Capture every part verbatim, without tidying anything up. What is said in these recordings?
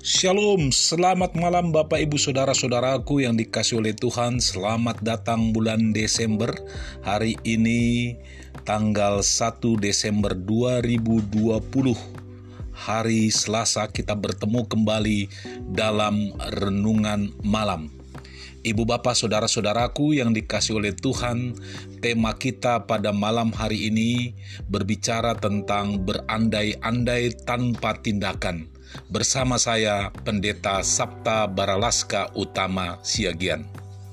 Shalom, selamat malam Bapak Ibu Saudara-saudaraku yang dikasihi oleh Tuhan. Selamat datang bulan Desember. Hari ini tanggal satu Desember dua ribu dua puluh. Hari Selasa kita bertemu kembali dalam renungan malam. Ibu bapak saudara-saudaraku yang dikasihi oleh Tuhan, tema kita pada malam hari ini berbicara tentang berandai-andai tanpa tindakan. Bersama saya, Pendeta Sabta Baralaska Utama Siagian.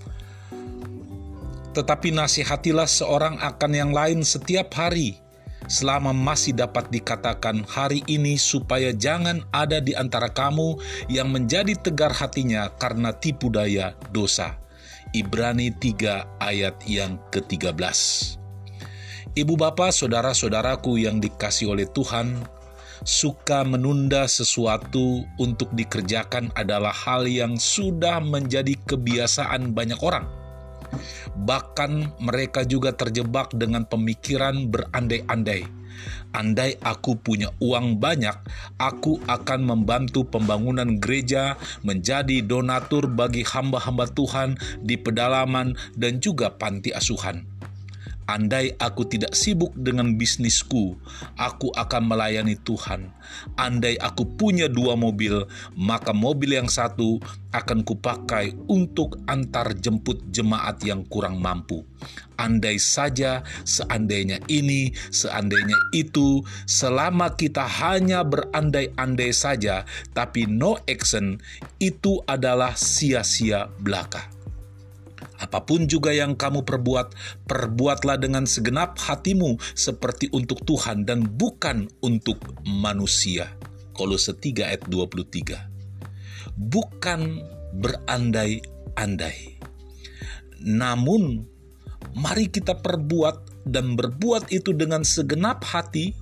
Tetapi nasihatilah seorang akan yang lain setiap hari, selama masih dapat dikatakan hari ini, supaya jangan ada di antara kamu yang menjadi tegar hatinya karena tipu daya dosa. Ibrani tiga ayat yang ketiga belas. Ibu bapak saudara-saudaraku yang dikasihi oleh Tuhan, suka menunda sesuatu untuk dikerjakan adalah hal yang sudah menjadi kebiasaan banyak orang. Bahkan mereka juga terjebak dengan pemikiran berandai-andai. Andai aku punya uang banyak, aku akan membantu pembangunan gereja, menjadi donatur bagi hamba-hamba Tuhan di pedalaman dan juga panti asuhan. Andai aku tidak sibuk dengan bisnisku, aku akan melayani Tuhan. Andai aku punya dua mobil, maka mobil yang satu akan kupakai untuk antar jemput jemaat yang kurang mampu. Andai saja, seandainya ini, seandainya itu, selama kita hanya berandai-andai saja, tapi no action, itu adalah sia-sia belaka. Apapun juga yang kamu perbuat, perbuatlah dengan segenap hatimu seperti untuk Tuhan dan bukan untuk manusia. Kolose tiga ayat dua puluh tiga. Bukan berandai-andai. Namun, mari kita perbuat dan berbuat itu dengan segenap hati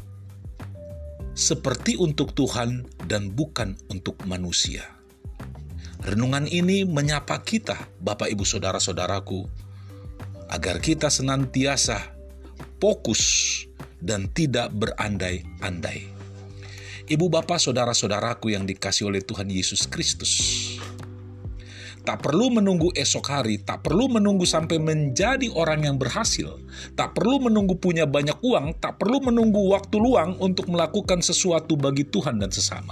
seperti untuk Tuhan dan bukan untuk manusia. Renungan ini menyapa kita, Bapak Ibu Saudara-saudaraku, agar kita senantiasa fokus dan tidak berandai-andai. Ibu Bapak Saudara-saudaraku yang dikasihi oleh Tuhan Yesus Kristus, tak perlu menunggu esok hari, tak perlu menunggu sampai menjadi orang yang berhasil, tak perlu menunggu punya banyak uang, tak perlu menunggu waktu luang untuk melakukan sesuatu bagi Tuhan dan sesama.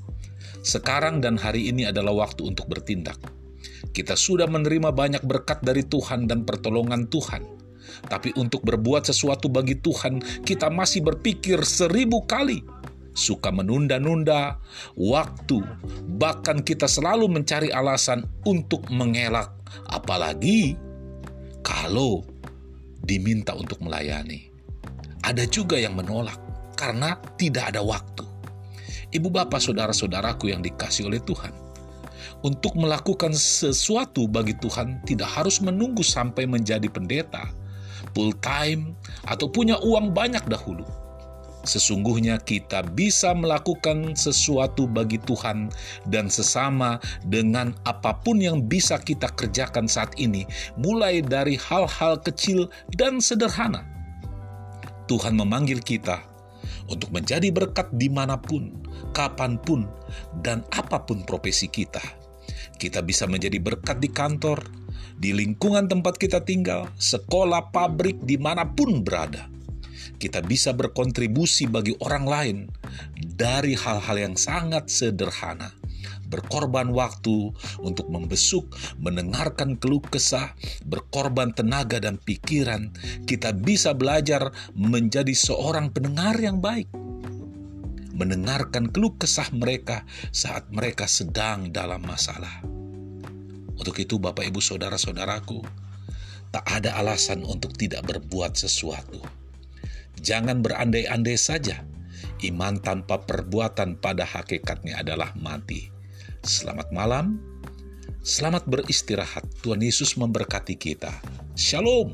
Sekarang dan hari ini adalah waktu untuk bertindak. Kita sudah menerima banyak berkat dari Tuhan dan pertolongan Tuhan. Tapi untuk berbuat sesuatu bagi Tuhan, kita masih berpikir seribu kali. Suka menunda-nunda waktu. Bahkan kita selalu mencari alasan untuk mengelak. Apalagi kalau diminta untuk melayani. Ada juga yang menolak karena tidak ada waktu. Ibu bapak saudara-saudaraku yang dikasihi oleh Tuhan, untuk melakukan sesuatu bagi Tuhan tidak harus menunggu sampai menjadi pendeta, full time, atau punya uang banyak dahulu. Sesungguhnya kita bisa melakukan sesuatu bagi Tuhan dan sesama dengan apapun yang bisa kita kerjakan saat ini, mulai dari hal-hal kecil dan sederhana. Tuhan memanggil kita untuk menjadi berkat dimanapun, kapanpun, dan apapun profesi kita. Kita bisa menjadi berkat di kantor, di lingkungan tempat kita tinggal, sekolah, pabrik, dimanapun berada. Kita bisa berkontribusi bagi orang lain dari hal-hal yang sangat sederhana. Berkorban waktu untuk membesuk, mendengarkan keluh kesah, berkorban tenaga dan pikiran. Kita bisa belajar menjadi seorang pendengar yang baik. Mendengarkan keluh kesah mereka saat mereka sedang dalam masalah. Untuk itu Bapak Ibu Saudara-saudaraku, tak ada alasan untuk tidak berbuat sesuatu. Jangan berandai-andai saja. Iman tanpa perbuatan pada hakikatnya adalah mati. Selamat malam, selamat beristirahat. Tuhan Yesus memberkati kita. Shalom.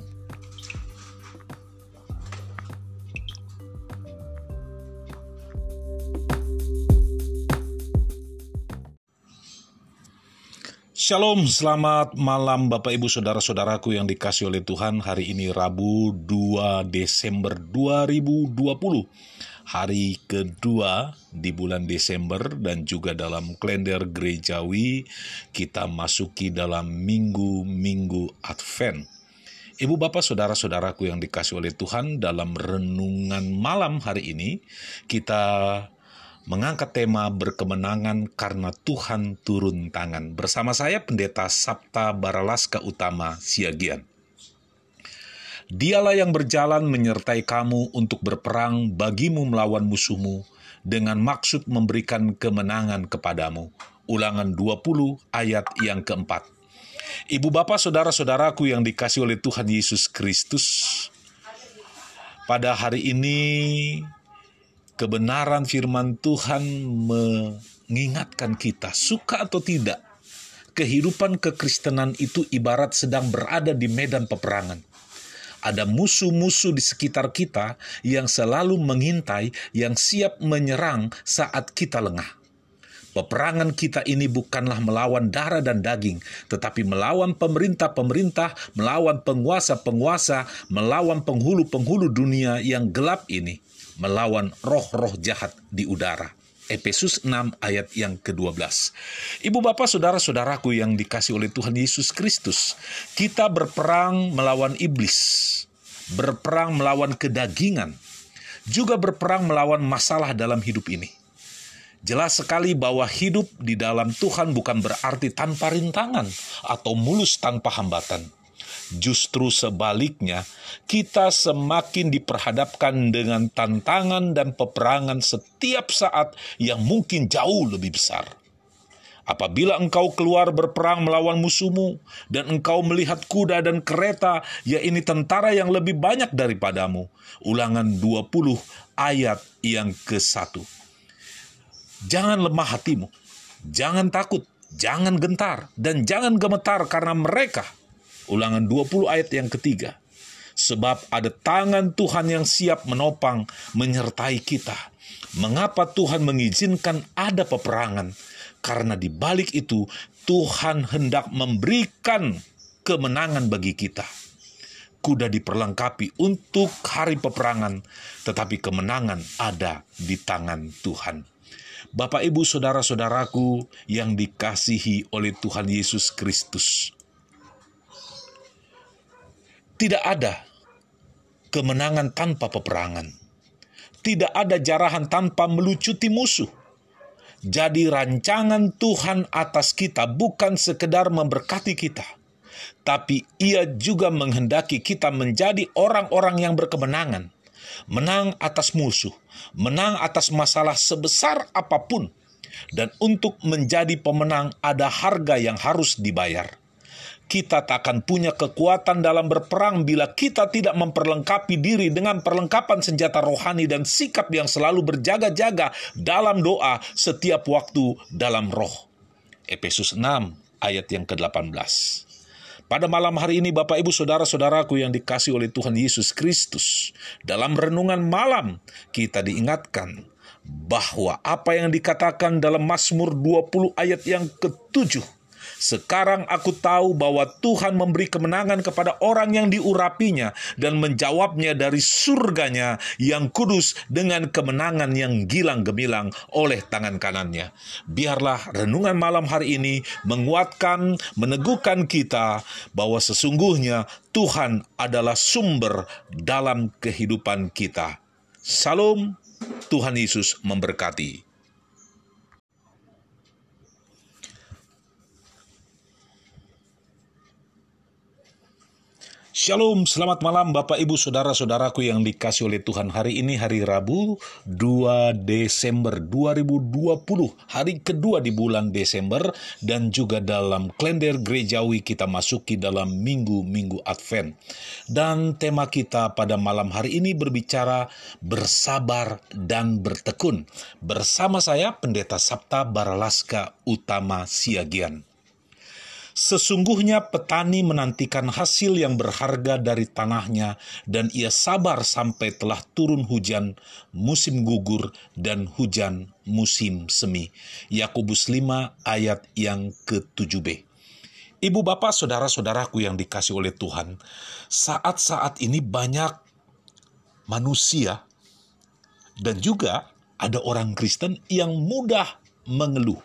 Shalom, selamat malam Bapak Ibu Saudara-saudaraku yang dikasihi oleh Tuhan. Hari ini Rabu dua Desember dua ribu dua puluh. Hari kedua di bulan Desember dan juga dalam kalender gerejawi kita masuki dalam minggu-minggu Advent. Ibu Bapak Saudara-saudaraku yang dikasihi oleh Tuhan, dalam renungan malam hari ini kita mengangkat tema berkemenangan karena Tuhan turun tangan. Bersama saya Pendeta Sapta Baralaska Utama Siagian. Dialah yang berjalan menyertai kamu untuk berperang bagimu melawan musuhmu dengan maksud memberikan kemenangan kepadamu. Ulangan dua puluh ayat yang keempat. Ibu Bapak Saudara-saudaraku yang dikasihi oleh Tuhan Yesus Kristus, pada hari ini kebenaran firman Tuhan mengingatkan kita, suka atau tidak, kehidupan kekristenan itu ibarat sedang berada di medan peperangan. Ada musuh-musuh di sekitar kita yang selalu mengintai, yang siap menyerang saat kita lengah. Peperangan kita ini bukanlah melawan darah dan daging, tetapi melawan pemerintah-pemerintah, melawan penguasa-penguasa, melawan penghulu-penghulu dunia yang gelap ini, melawan roh-roh jahat di udara. Efesus enam ayat yang kedua belas. Ibu bapak saudara-saudaraku yang dikasihi oleh Tuhan Yesus Kristus, kita berperang melawan iblis, berperang melawan kedagingan, juga berperang melawan masalah dalam hidup ini. Jelas sekali bahwa hidup di dalam Tuhan bukan berarti tanpa rintangan atau mulus tanpa hambatan. Justru sebaliknya, kita semakin diperhadapkan dengan tantangan dan peperangan setiap saat yang mungkin jauh lebih besar. Apabila engkau keluar berperang melawan musuhmu, dan engkau melihat kuda dan kereta, ya ini tentara yang lebih banyak daripadamu. Ulangan dua puluh ayat yang ke satu. Jangan lemah hatimu, jangan takut, jangan gentar, dan jangan gemetar karena mereka. Ulangan dua puluh ayat yang ketiga. Sebab ada tangan Tuhan yang siap menopang, menyertai kita. Mengapa Tuhan mengizinkan ada peperangan? Karena di balik itu Tuhan hendak memberikan kemenangan bagi kita. Kuda diperlengkapi untuk hari peperangan, tetapi kemenangan ada di tangan Tuhan. Bapak Ibu Saudara-saudaraku yang dikasihi oleh Tuhan Yesus Kristus, tidak ada kemenangan tanpa peperangan. Tidak ada jarahan tanpa melucuti musuh. Jadi rancangan Tuhan atas kita bukan sekedar memberkati kita, tapi Ia juga menghendaki kita menjadi orang-orang yang berkemenangan. Menang atas musuh, menang atas masalah sebesar apapun. Dan untuk menjadi pemenang ada harga yang harus dibayar. Kita tak akan punya kekuatan dalam berperang bila kita tidak memperlengkapi diri dengan perlengkapan senjata rohani dan sikap yang selalu berjaga-jaga dalam doa setiap waktu dalam roh. Efesus enam ayat yang ke delapan belas. Pada malam hari ini Bapak Ibu Saudara-saudaraku yang dikasihi oleh Tuhan Yesus Kristus, dalam renungan malam kita diingatkan bahwa apa yang dikatakan dalam Mazmur dua puluh ayat yang ketujuh. Sekarang aku tahu bahwa Tuhan memberi kemenangan kepada orang yang diurapinya dan menjawabnya dari surganya yang kudus dengan kemenangan yang gilang gemilang oleh tangan kanannya. Biarlah renungan malam hari ini menguatkan, meneguhkan kita bahwa sesungguhnya Tuhan adalah sumber dalam kehidupan kita. Salam, Tuhan Yesus memberkati. Shalom, selamat malam Bapak Ibu Saudara-saudaraku yang dikasihi oleh Tuhan. Hari ini hari Rabu dua Desember dua ribu dua puluh, hari kedua di bulan Desember, dan juga dalam kalender gerejawi kita masuki dalam minggu-minggu Advent. Dan tema kita pada malam hari ini berbicara bersabar dan bertekun. Bersama saya Pendeta Sapta Baralaska Utama Siagian. Sesungguhnya petani menantikan hasil yang berharga dari tanahnya, dan ia sabar sampai telah turun hujan musim gugur dan hujan musim semi. Yakobus lima ayat yang ke tujuh b. Ibu bapak saudara-saudaraku yang dikasih oleh Tuhan, saat-saat ini banyak manusia dan juga ada orang Kristen yang mudah mengeluh.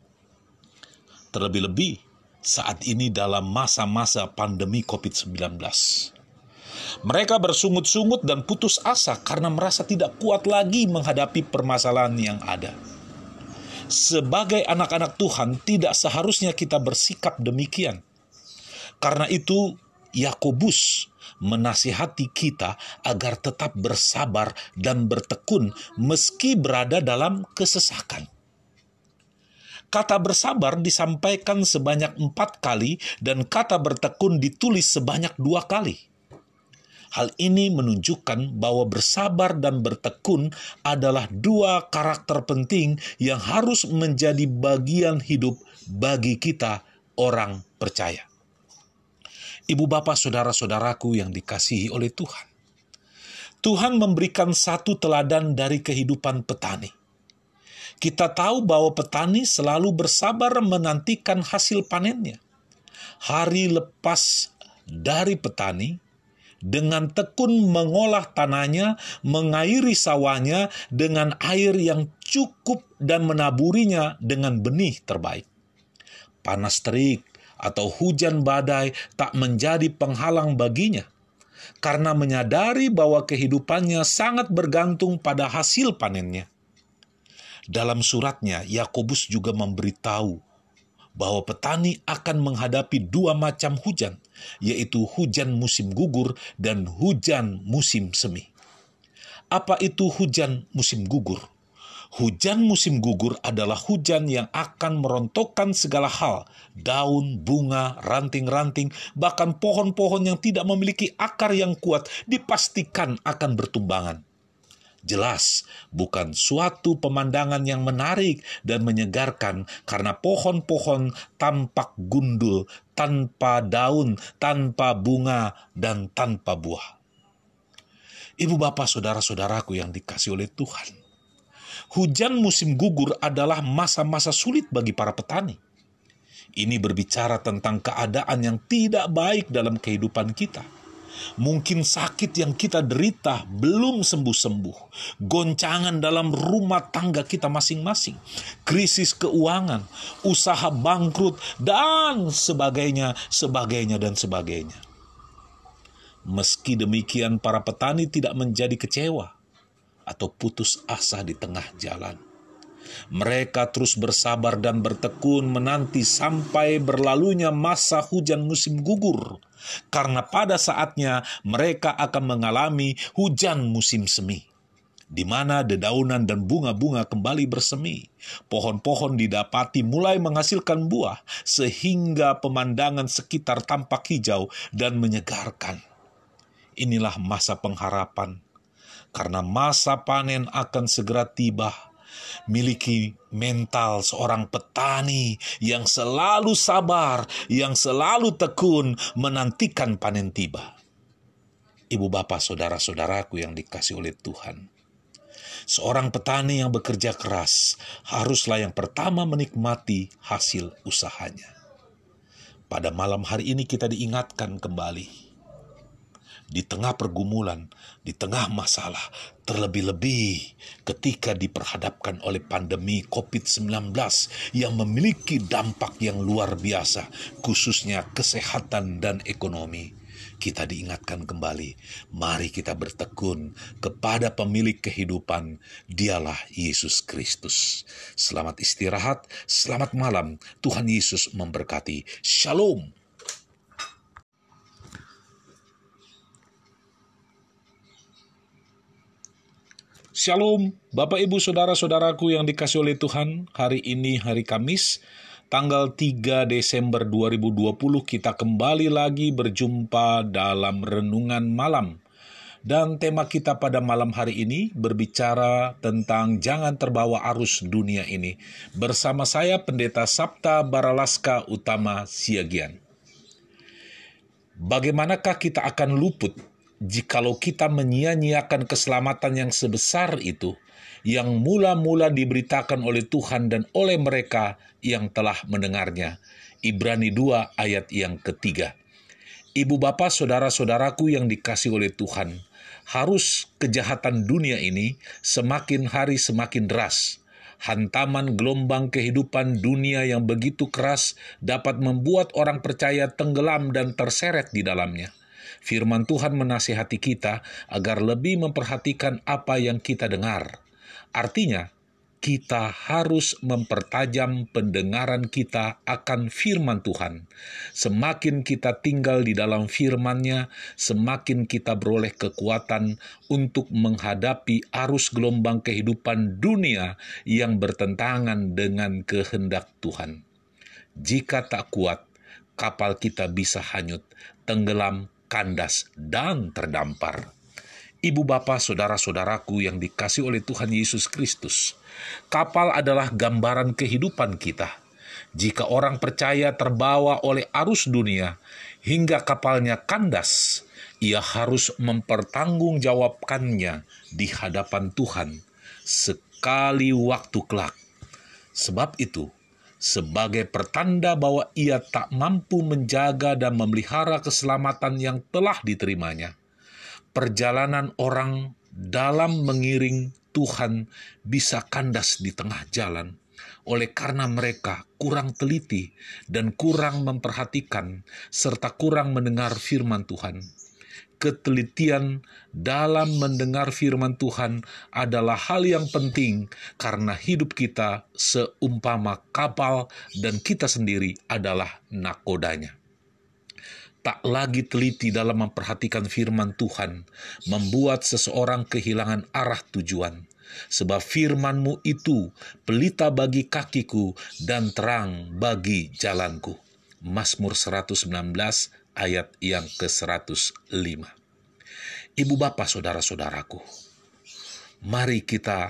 Terlebih-lebih saat ini dalam masa-masa pandemi covid sembilan belas. Mereka bersungut-sungut dan putus asa karena merasa tidak kuat lagi menghadapi permasalahan yang ada. Sebagai anak-anak Tuhan, tidak seharusnya kita bersikap demikian. Karena itu, Yakobus menasihati kita agar tetap bersabar dan bertekun meski berada dalam kesesakan. Kata bersabar disampaikan sebanyak empat kali dan kata bertekun ditulis sebanyak dua kali. Hal ini menunjukkan bahwa bersabar dan bertekun adalah dua karakter penting yang harus menjadi bagian hidup bagi kita orang percaya. Ibu bapak saudara-saudaraku yang dikasihi oleh Tuhan. Tuhan memberikan satu teladan dari kehidupan petani. Kita tahu bahwa petani selalu bersabar menantikan hasil panennya. Hari lepas dari petani, dengan tekun mengolah tanahnya, mengairi sawahnya dengan air yang cukup dan menaburinya dengan benih terbaik. Panas terik atau hujan badai tak menjadi penghalang baginya, karena menyadari bahwa kehidupannya sangat bergantung pada hasil panennya. Dalam suratnya, Yakobus juga memberitahu bahwa petani akan menghadapi dua macam hujan, yaitu hujan musim gugur dan hujan musim semi. Apa itu hujan musim gugur? Hujan musim gugur adalah hujan yang akan merontokkan segala hal, daun, bunga, ranting-ranting, bahkan pohon-pohon yang tidak memiliki akar yang kuat dipastikan akan bertumbangan. Jelas, bukan suatu pemandangan yang menarik dan menyegarkan karena pohon-pohon tampak gundul, tanpa daun, tanpa bunga, dan tanpa buah. Ibu bapak saudara-saudaraku yang dikasihi oleh Tuhan, hujan musim gugur adalah masa-masa sulit bagi para petani. Ini berbicara tentang keadaan yang tidak baik dalam kehidupan kita. Mungkin sakit yang kita derita belum sembuh-sembuh, goncangan dalam rumah tangga kita masing-masing, krisis keuangan, usaha bangkrut, dan sebagainya, sebagainya, dan sebagainya. Meski demikian, para petani tidak menjadi kecewa atau putus asa di tengah jalan. Mereka terus bersabar dan bertekun menanti sampai berlalunya masa hujan musim gugur, karena pada saatnya mereka akan mengalami hujan musim semi, di mana dedaunan dan bunga-bunga kembali bersemi. Pohon-pohon didapati mulai menghasilkan buah, sehingga pemandangan sekitar tampak hijau dan menyegarkan. Inilah masa pengharapan, karena masa panen akan segera tiba. Miliki mental seorang petani yang selalu sabar, yang selalu tekun menantikan panen tiba. Ibu bapak saudara-saudaraku yang dikasihi oleh Tuhan, seorang petani yang bekerja keras haruslah yang pertama menikmati hasil usahanya. Pada malam hari ini kita diingatkan kembali, di tengah pergumulan, di tengah masalah, terlebih-lebih ketika diperhadapkan oleh pandemi covid sembilan belas yang memiliki dampak yang luar biasa, khususnya kesehatan dan ekonomi. Kita diingatkan kembali, mari kita bertekun kepada pemilik kehidupan, dialah Yesus Kristus. Selamat istirahat, selamat malam, Tuhan Yesus memberkati. Shalom. Shalom, Bapak Ibu Saudara-saudaraku yang dikasihi oleh Tuhan. Hari ini hari Kamis, tanggal tiga Desember dua ribu dua puluh, kita kembali lagi berjumpa dalam renungan malam. Dan tema kita pada malam hari ini berbicara tentang jangan terbawa arus dunia ini. Bersama saya Pendeta Sapta Baralaska Utama Siagian. Bagaimanakah kita akan luput jikalau kita menyia-nyiakan keselamatan yang sebesar itu, yang mula-mula diberitakan oleh Tuhan dan oleh mereka yang telah mendengarnya? Ibrani dua ayat yang ketiga. Ibu bapak saudara-saudaraku yang dikasihi oleh Tuhan, harus kejahatan dunia ini semakin hari semakin deras. Hantaman gelombang kehidupan dunia yang begitu keras dapat membuat orang percaya tenggelam dan terseret di dalamnya. Firman Tuhan menasihati kita agar lebih memperhatikan apa yang kita dengar. Artinya, kita harus mempertajam pendengaran kita akan firman Tuhan. Semakin kita tinggal di dalam firman-Nya, semakin kita beroleh kekuatan untuk menghadapi arus gelombang kehidupan dunia yang bertentangan dengan kehendak Tuhan. Jika tak kuat, kapal kita bisa hanyut, tenggelam, kandas, dan terdampar. Ibu bapa saudara-saudaraku yang dikasihi oleh Tuhan Yesus Kristus, kapal adalah gambaran kehidupan kita. Jika orang percaya terbawa oleh arus dunia hingga kapalnya kandas, ia harus mempertanggungjawabkannya di hadapan Tuhan sekali waktu kelak. Sebab itu, sebagai pertanda bahwa ia tak mampu menjaga dan memelihara keselamatan yang telah diterimanya, perjalanan orang dalam mengiring Tuhan bisa kandas di tengah jalan oleh karena mereka kurang teliti dan kurang memperhatikan serta kurang mendengar firman Tuhan. Ketelitian dalam mendengar firman Tuhan adalah hal yang penting karena hidup kita seumpama kapal dan kita sendiri adalah nakodanya. Tak lagi teliti dalam memperhatikan firman Tuhan, membuat seseorang kehilangan arah tujuan. Sebab firman-Mu itu pelita bagi kakiku dan terang bagi jalanku. Mazmur seratus sembilan belas ayat yang ke seratus lima. Ibu bapa saudara-saudaraku, mari kita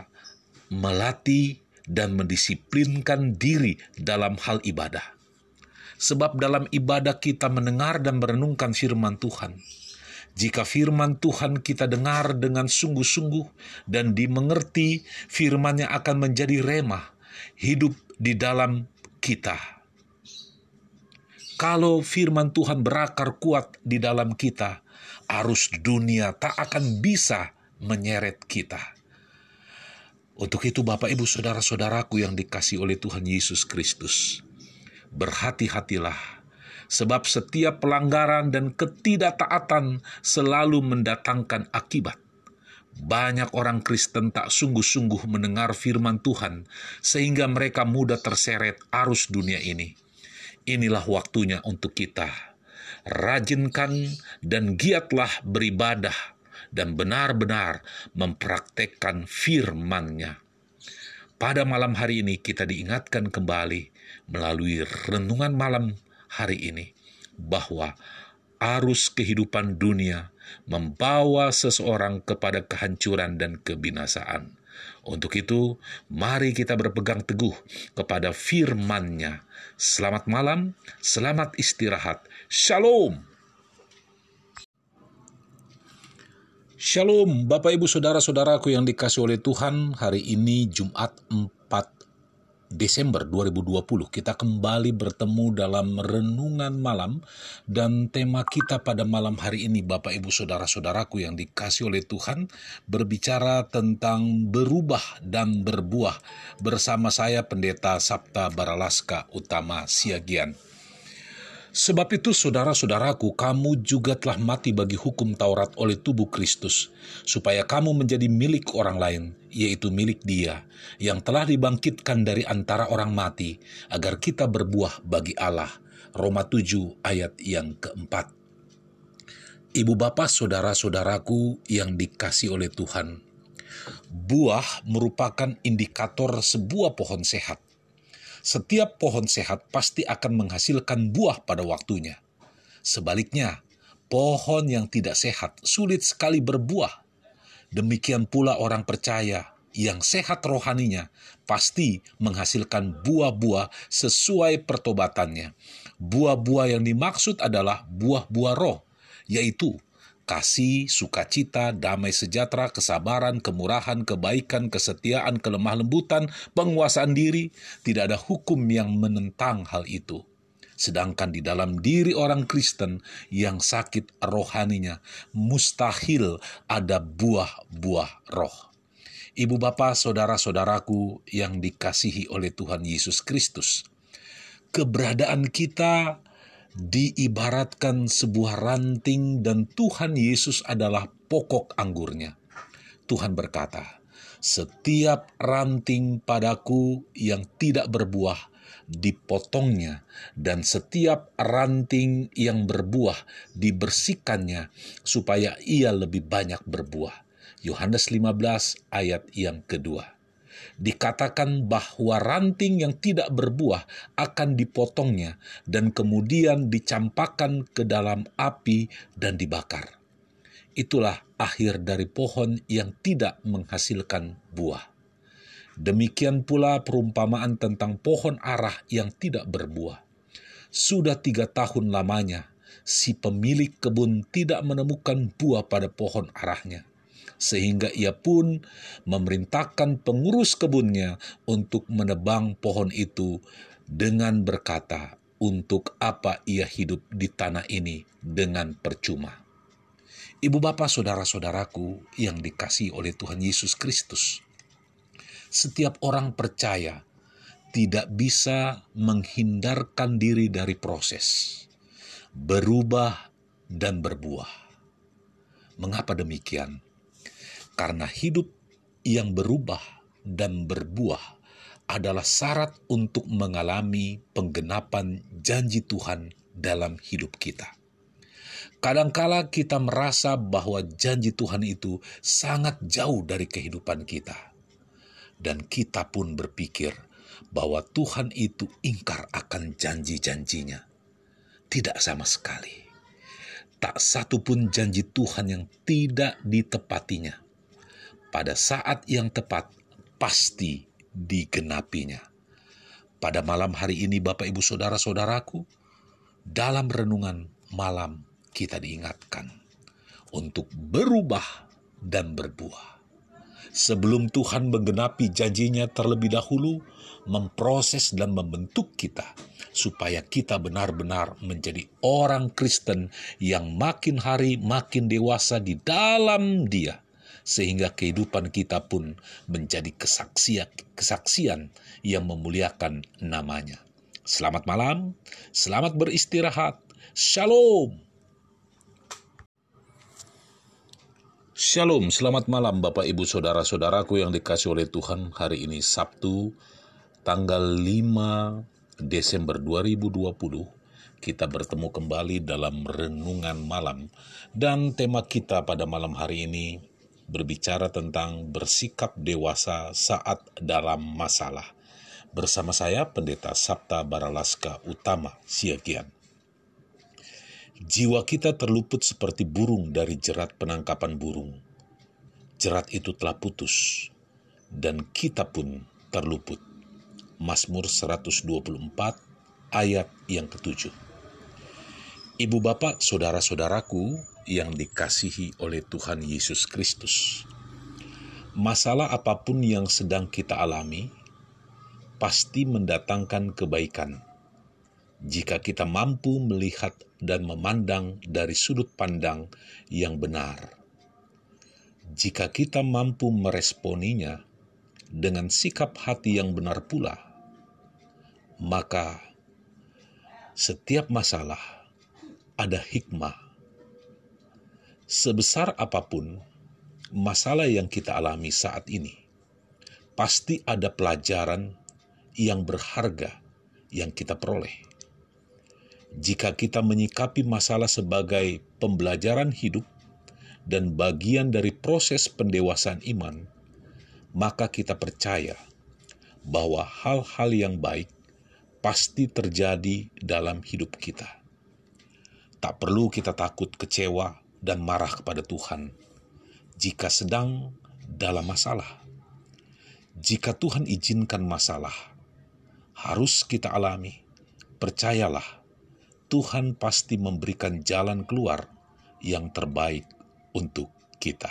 melatih dan mendisiplinkan diri dalam hal ibadah. Sebab dalam ibadah kita mendengar dan merenungkan firman Tuhan. Jika firman Tuhan kita dengar dengan sungguh-sungguh dan dimengerti, firman-Nya akan menjadi remah, hidup di dalam kita. Kalau firman Tuhan berakar kuat di dalam kita, arus dunia tak akan bisa menyeret kita. Untuk itu Bapak Ibu Saudara-saudaraku yang dikasihi oleh Tuhan Yesus Kristus, berhati-hatilah, sebab setiap pelanggaran dan ketidaktaatan selalu mendatangkan akibat. Banyak orang Kristen tak sungguh-sungguh mendengar firman Tuhan, sehingga mereka mudah terseret arus dunia ini. Inilah waktunya untuk kita. Rajinkan dan giatlah beribadah, dan benar-benar mempraktekkan firman-Nya. Pada malam hari ini kita diingatkan kembali melalui renungan malam hari ini bahwa arus kehidupan dunia membawa seseorang kepada kehancuran dan kebinasaan. Untuk itu, mari kita berpegang teguh kepada firman-Nya. Selamat malam, selamat istirahat. Shalom. Shalom, Bapak Ibu Saudara-saudaraku yang dikasihi oleh Tuhan. Hari ini Jumat empat Desember dua ribu dua puluh, kita kembali bertemu dalam renungan malam, dan tema kita pada malam hari ini, Bapak Ibu Saudara-saudaraku yang dikasihi oleh Tuhan, berbicara tentang berubah dan berbuah bersama saya Pendeta Sapta Baralaska Utama Siagian. Sebab itu saudara-saudaraku, kamu juga telah mati bagi hukum Taurat oleh tubuh Kristus, supaya kamu menjadi milik orang lain, yaitu milik Dia, yang telah dibangkitkan dari antara orang mati, agar kita berbuah bagi Allah. Roma tujuh ayat yang keempat. Ibu bapak saudara-saudaraku yang dikasihi oleh Tuhan, buah merupakan indikator sebuah pohon sehat. Setiap pohon sehat pasti akan menghasilkan buah pada waktunya. Sebaliknya, pohon yang tidak sehat sulit sekali berbuah. Demikian pula orang percaya yang sehat rohaninya pasti menghasilkan buah-buah sesuai pertobatannya. Buah-buah yang dimaksud adalah buah-buah roh, yaitu kasih, sukacita, damai sejahtera, kesabaran, kemurahan, kebaikan, kesetiaan, kelemah lembutan, penguasaan diri. Tidak ada hukum yang menentang hal itu. Sedangkan di dalam diri orang Kristen yang sakit rohaninya, mustahil ada buah-buah roh. Ibu bapa, saudara-saudaraku yang dikasihi oleh Tuhan Yesus Kristus, keberadaan kita diibaratkan sebuah ranting dan Tuhan Yesus adalah pokok anggurnya. Tuhan berkata, "Setiap ranting padaku yang tidak berbuah dipotongnya, dan setiap ranting yang berbuah dibersihkannya, supaya ia lebih banyak berbuah." Yohanes lima belas ayat yang kedua. Dikatakan bahwa ranting yang tidak berbuah akan dipotongnya dan kemudian dicampakkan ke dalam api dan dibakar. Itulah akhir dari pohon yang tidak menghasilkan buah. Demikian pula perumpamaan tentang pohon arah yang tidak berbuah. Sudah tiga tahun lamanya, si pemilik kebun tidak menemukan buah pada pohon arahnya, sehingga ia pun memerintahkan pengurus kebunnya untuk menebang pohon itu dengan berkata, "Untuk apa ia hidup di tanah ini dengan percuma?" Ibu bapa, saudara-saudaraku yang dikasihi oleh Tuhan Yesus Kristus, setiap orang percaya tidak bisa menghindarkan diri dari proses berubah dan berbuah. Mengapa demikian? Karena hidup yang berubah dan berbuah adalah syarat untuk mengalami penggenapan janji Tuhan dalam hidup kita. Kadangkala kita merasa bahwa janji Tuhan itu sangat jauh dari kehidupan kita. Dan kita pun berpikir bahwa Tuhan itu ingkar akan janji-janjinya. Tidak sama sekali. Tak satu pun janji Tuhan yang tidak ditepatinya. Pada saat yang tepat, pasti digenapinya. Pada malam hari ini, Bapak, Ibu, Saudara-saudaraku, dalam renungan malam kita diingatkan untuk berubah dan berbuah. Sebelum Tuhan menggenapi janjinya terlebih dahulu, memproses dan membentuk kita, supaya kita benar-benar menjadi orang Kristen yang makin hari makin dewasa di dalam Dia, sehingga kehidupan kita pun menjadi kesaksian, kesaksian yang memuliakan namanya. Selamat malam, selamat beristirahat, Shalom. Shalom, selamat malam Bapak Ibu Saudara-saudaraku yang dikasihi oleh Tuhan. Hari ini Sabtu, tanggal lima Desember dua ribu dua puluh. Kita bertemu kembali dalam renungan malam. Dan tema kita pada malam hari ini berbicara tentang bersikap dewasa saat dalam masalah. Bersama saya, Pendeta Sabta Baralaska Utama Siagian. Jiwa kita terluput seperti burung dari jerat penangkapan burung. Jerat itu telah putus, dan kita pun terluput. Mazmur seratus dua puluh empat ayat yang ketujuh. Ibu bapak, saudara-saudaraku yang dikasihi oleh Tuhan Yesus Kristus, masalah apapun yang sedang kita alami pasti mendatangkan kebaikan jika kita mampu melihat dan memandang dari sudut pandang yang benar. Jika kita mampu meresponinya dengan sikap hati yang benar pula, maka setiap masalah ada hikmah. Sebesar apapun masalah yang kita alami saat ini, pasti ada pelajaran yang berharga yang kita peroleh. Jika kita menyikapi masalah sebagai pembelajaran hidup dan bagian dari proses pendewasaan iman, maka kita percaya bahwa hal-hal yang baik pasti terjadi dalam hidup kita. Tak perlu kita takut, kecewa, dan marah kepada Tuhan jika sedang dalam masalah. Jika Tuhan izinkan masalah harus kita alami, percayalah, Tuhan pasti memberikan jalan keluar yang terbaik untuk kita.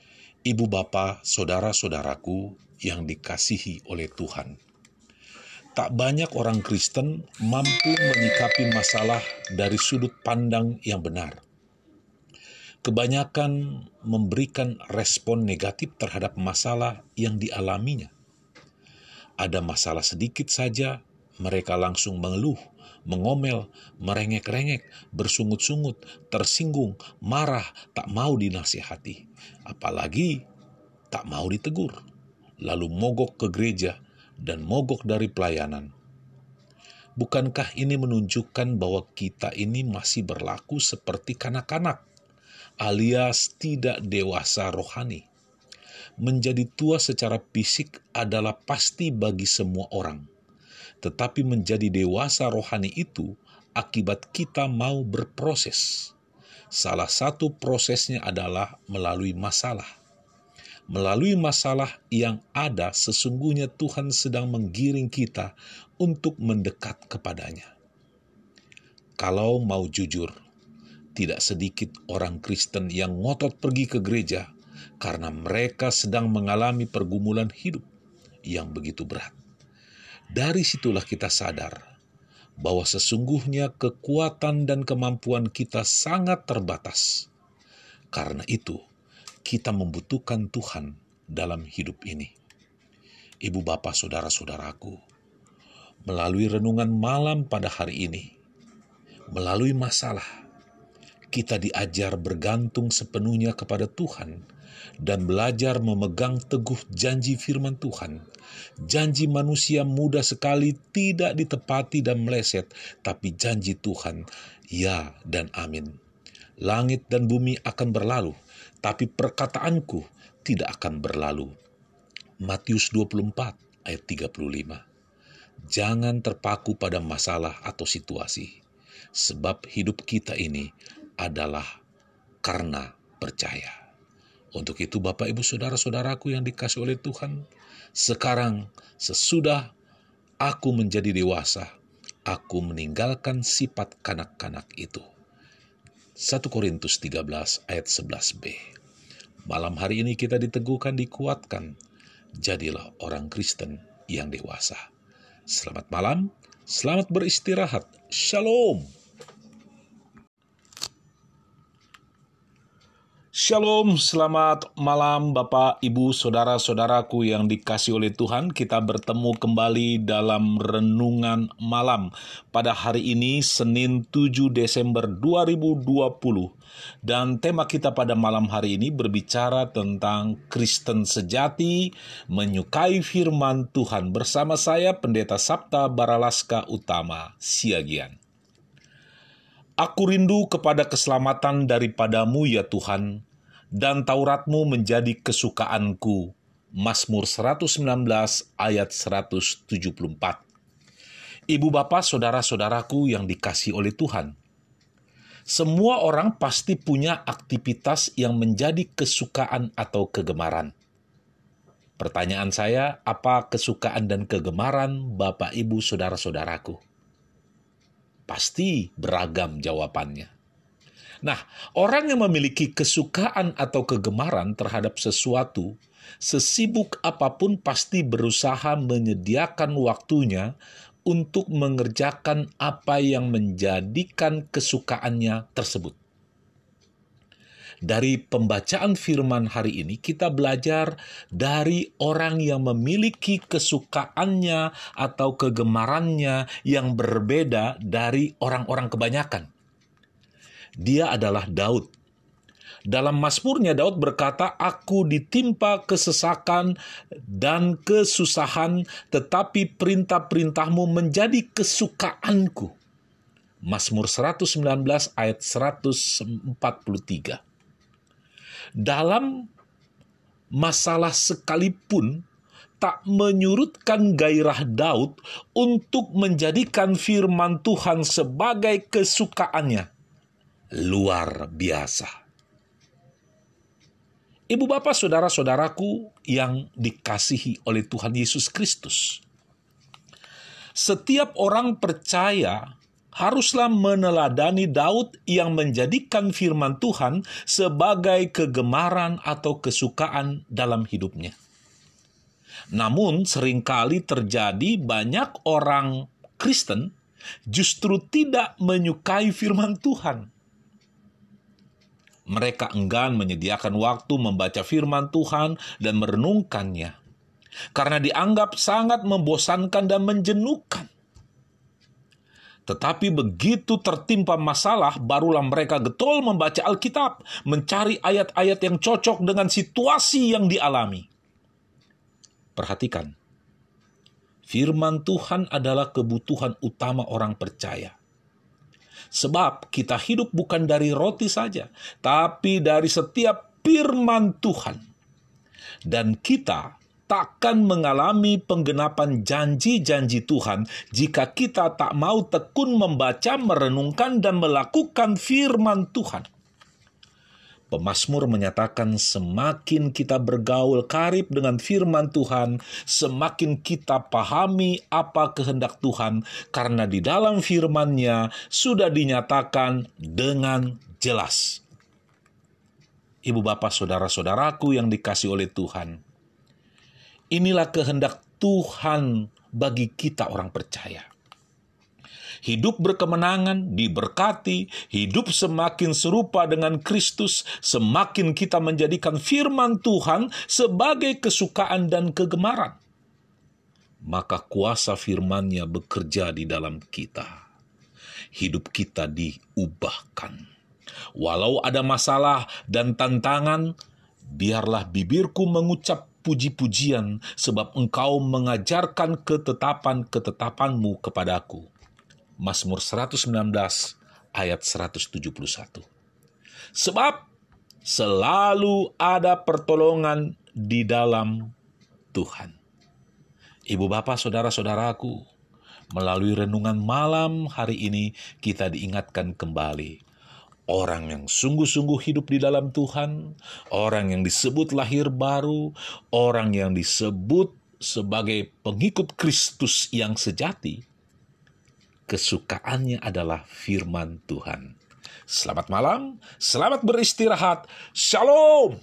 Ibu bapa, saudara-saudaraku yang dikasihi oleh Tuhan, tak banyak orang Kristen mampu menyikapi masalah dari sudut pandang yang benar. Kebanyakan memberikan respon negatif terhadap masalah yang dialaminya. Ada masalah sedikit saja, mereka langsung mengeluh, mengomel, merengek-rengek, bersungut-sungut, tersinggung, marah, tak mau dinasihati. Apalagi tak mau ditegur. Lalu mogok ke gereja dan mogok dari pelayanan. Bukankah ini menunjukkan bahwa kita ini masih berlaku seperti kanak-kanak, alias tidak dewasa rohani? Menjadi tua secara fisik adalah pasti bagi semua orang. Tetapi menjadi dewasa rohani itu akibat kita mau berproses. Salah satu prosesnya adalah melalui masalah. Melalui masalah yang ada, sesungguhnya Tuhan sedang menggiring kita untuk mendekat kepadanya. Kalau mau jujur, tidak sedikit orang Kristen yang ngotot pergi ke gereja karena mereka sedang mengalami pergumulan hidup yang begitu berat. Dari situlah kita sadar bahwa sesungguhnya kekuatan dan kemampuan kita sangat terbatas. Karena itu, kita membutuhkan Tuhan dalam hidup ini. Ibu bapak saudara-saudaraku, melalui renungan malam pada hari ini, melalui masalah, kita diajar bergantung sepenuhnya kepada Tuhan dan belajar memegang teguh janji firman Tuhan. Janji manusia mudah sekali tidak ditepati dan meleset, tapi janji Tuhan, ya dan amin. Langit dan bumi akan berlalu, tapi perkataanku tidak akan berlalu. Matius dua puluh empat ayat tiga puluh lima. Jangan terpaku pada masalah atau situasi, sebab hidup kita ini adalah karena percaya. Untuk itu Bapak Ibu Saudara-saudaraku yang dikasihi oleh Tuhan, sekarang sesudah aku menjadi dewasa, aku meninggalkan sifat kanak-kanak itu. satu Korintus tiga belas ayat sebelas b. Malam hari ini kita diteguhkan, dikuatkan. Jadilah orang Kristen yang dewasa. Selamat malam, selamat beristirahat. Shalom. Shalom, selamat malam Bapak, Ibu, Saudara-saudaraku yang dikasihi oleh Tuhan. Kita bertemu kembali dalam Renungan Malam pada hari ini, Senin tujuh Desember dua ribu dua puluh. Dan tema kita pada malam hari ini berbicara tentang Kristen sejati menyukai firman Tuhan. Bersama saya, Pendeta Sabta Baralaska Utama, Siagian. Aku rindu kepada keselamatan daripadamu ya Tuhan, dan Tauratmu menjadi kesukaanku. Mazmur seratus sembilan belas ayat seratus tujuh puluh empat. Ibu bapak saudara-saudaraku yang dikasihi oleh Tuhan, semua orang pasti punya aktivitas yang menjadi kesukaan atau kegemaran. Pertanyaan saya, apa kesukaan dan kegemaran Bapak Ibu saudara-saudaraku? Pasti beragam jawabannya. Nah, orang yang memiliki kesukaan atau kegemaran terhadap sesuatu, sesibuk apapun pasti berusaha menyediakan waktunya untuk mengerjakan apa yang menjadikan kesukaannya tersebut. Dari pembacaan firman hari ini, kita belajar dari orang yang memiliki kesukaannya atau kegemarannya yang berbeda dari orang-orang kebanyakan. Dia adalah Daud. Dalam Mazmurnya, Daud berkata, "Aku ditimpa kesesakan dan kesusahan, tetapi perintah-perintahmu menjadi kesukaanku." Mazmur seratus sembilan belas ayat seratus empat puluh tiga. Dalam masalah sekalipun tak menyurutkan gairah Daud untuk menjadikan firman Tuhan sebagai kesukaannya. Luar biasa. Ibu bapak saudara-saudaraku yang dikasihi oleh Tuhan Yesus Kristus, setiap orang percaya haruslah meneladani Daud yang menjadikan firman Tuhan sebagai kegemaran atau kesukaan dalam hidupnya. Namun seringkali terjadi banyak orang Kristen justru tidak menyukai firman Tuhan. Mereka enggan menyediakan waktu membaca firman Tuhan dan merenungkannya, karena dianggap sangat membosankan dan menjenuhkan. Tetapi begitu tertimpa masalah, barulah mereka getol membaca Alkitab, mencari ayat-ayat yang cocok dengan situasi yang dialami. Perhatikan, firman Tuhan adalah kebutuhan utama orang percaya. Sebab kita hidup bukan dari roti saja, tapi dari setiap firman Tuhan. Dan kita takkan mengalami penggenapan janji-janji Tuhan jika kita tak mau tekun membaca, merenungkan, dan melakukan firman Tuhan. Pemazmur menyatakan semakin kita bergaul karib dengan firman Tuhan, semakin kita pahami apa kehendak Tuhan, karena di dalam firman-Nya sudah dinyatakan dengan jelas. Ibu bapak saudara-saudaraku yang dikasihi oleh Tuhan, inilah kehendak Tuhan bagi kita orang percaya. Hidup berkemenangan, diberkati, hidup semakin serupa dengan Kristus, semakin kita menjadikan firman Tuhan sebagai kesukaan dan kegemaran. Maka kuasa firman-Nya bekerja di dalam kita. Hidup kita diubahkan. Walau ada masalah dan tantangan, biarlah bibirku mengucap puji-pujian, sebab Engkau mengajarkan ketetapan-ketetapan-Mu kepadaku. Mazmur seratus sembilan belas ayat seratus tujuh puluh satu. Sebab selalu ada pertolongan di dalam Tuhan. Ibu bapak saudara-saudaraku, melalui renungan malam hari ini kita diingatkan kembali. Orang yang sungguh-sungguh hidup di dalam Tuhan, orang yang disebut lahir baru, orang yang disebut sebagai pengikut Kristus yang sejati, kesukaannya adalah firman Tuhan. Selamat malam, selamat beristirahat. Shalom.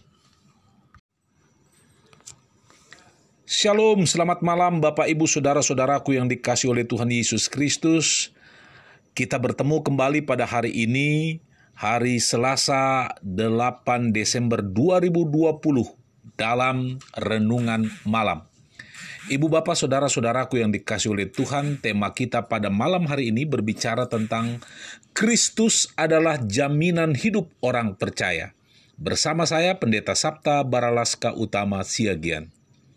Shalom, selamat malam Bapak Ibu Saudara-saudaraku yang dikasihi oleh Tuhan Yesus Kristus. Kita bertemu kembali pada hari ini, hari Selasa delapan Desember dua ribu dua puluh dalam renungan malam. Ibu bapak saudara-saudaraku yang dikasihi oleh Tuhan, tema kita pada malam hari ini berbicara tentang Kristus adalah jaminan hidup orang percaya. Bersama saya Pendeta Sapta Baralaska Utama Siagian.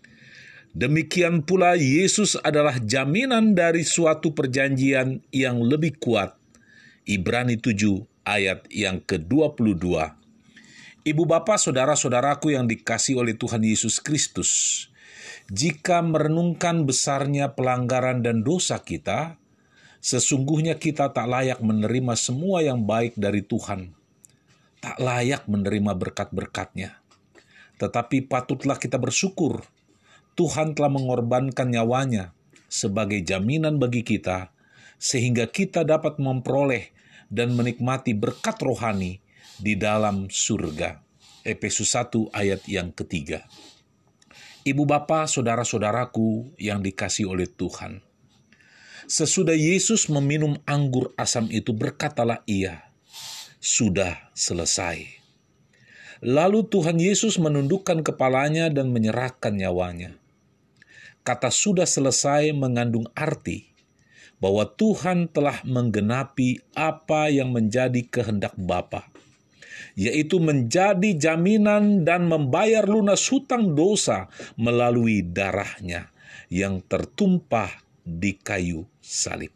Demikian pula Yesus adalah jaminan dari suatu perjanjian yang lebih kuat. Ibrani tujuh ayat yang ke dua puluh dua. Ibu bapak saudara-saudaraku yang dikasihi oleh Tuhan Yesus Kristus, jika merenungkan besarnya pelanggaran dan dosa kita, sesungguhnya kita tak layak menerima semua yang baik dari Tuhan. Tak layak menerima berkat-berkat-Nya. Tetapi patutlah kita bersyukur. Tuhan telah mengorbankan nyawanya sebagai jaminan bagi kita, sehingga kita dapat memperoleh dan menikmati berkat rohani di dalam surga. Efesus satu ayat yang ketiga. Ibu bapa, saudara-saudaraku yang dikasihi oleh Tuhan. Sesudah Yesus meminum anggur asam itu, berkatalah Ia, sudah selesai. Lalu Tuhan Yesus menundukkan kepalanya dan menyerahkan nyawanya. Kata sudah selesai mengandung arti bahwa Tuhan telah menggenapi apa yang menjadi kehendak Bapa, yaitu menjadi jaminan dan membayar lunas hutang dosa melalui darah-Nya yang tertumpah di kayu salib.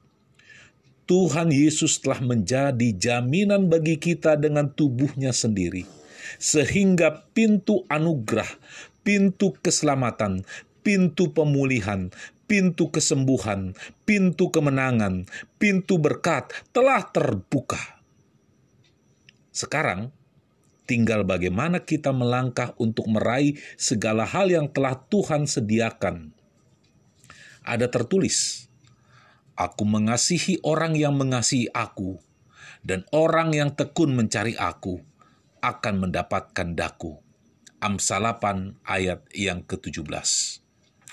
Tuhan Yesus telah menjadi jaminan bagi kita dengan tubuh-Nya sendiri, sehingga pintu anugerah, pintu keselamatan, pintu pemulihan, pintu kesembuhan, pintu kemenangan, pintu berkat telah terbuka. Sekarang, tinggal bagaimana kita melangkah untuk meraih segala hal yang telah Tuhan sediakan. Ada tertulis, Aku mengasihi orang yang mengasihi aku, dan orang yang tekun mencari aku akan mendapatkan daku. Amsal delapan ayat yang ke tujuh belas.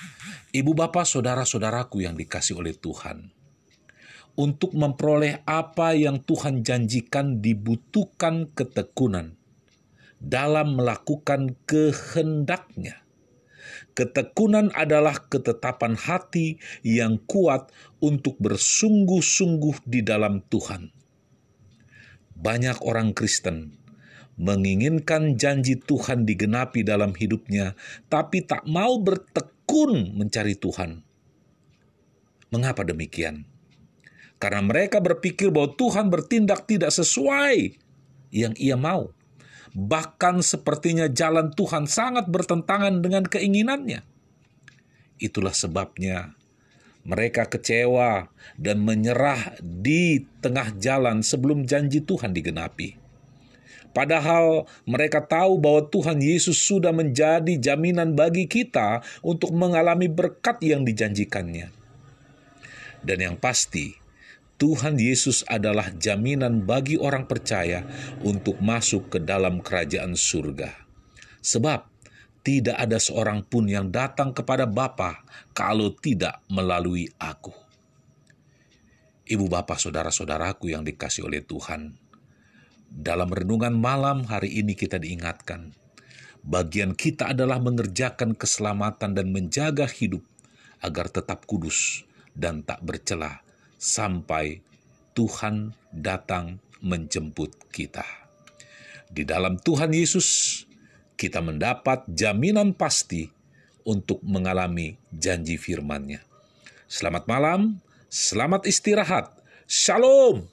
Ibu bapak saudara-saudaraku yang dikasihi oleh Tuhan, untuk memperoleh apa yang Tuhan janjikan dibutuhkan ketekunan dalam melakukan kehendak-Nya. Ketekunan adalah ketetapan hati yang kuat untuk bersungguh-sungguh di dalam Tuhan. Banyak orang Kristen menginginkan janji Tuhan digenapi dalam hidupnya, tapi tak mau bertekun mencari Tuhan. Mengapa demikian? Karena mereka berpikir bahwa Tuhan bertindak tidak sesuai yang ia mau. Bahkan sepertinya jalan Tuhan sangat bertentangan dengan keinginannya. Itulah sebabnya mereka kecewa dan menyerah di tengah jalan sebelum janji Tuhan digenapi. Padahal mereka tahu bahwa Tuhan Yesus sudah menjadi jaminan bagi kita untuk mengalami berkat yang dijanjikannya. Dan yang pasti, Tuhan Yesus adalah jaminan bagi orang percaya untuk masuk ke dalam kerajaan surga. Sebab tidak ada seorang pun yang datang kepada Bapa kalau tidak melalui aku. Ibu bapa saudara-saudaraku yang dikasihi oleh Tuhan, dalam renungan malam hari ini kita diingatkan, bagian kita adalah mengerjakan keselamatan dan menjaga hidup agar tetap kudus dan tak bercela sampai Tuhan datang menjemput kita. Di dalam Tuhan Yesus, kita mendapat jaminan pasti untuk mengalami janji firman-Nya. Selamat malam, selamat istirahat. Shalom.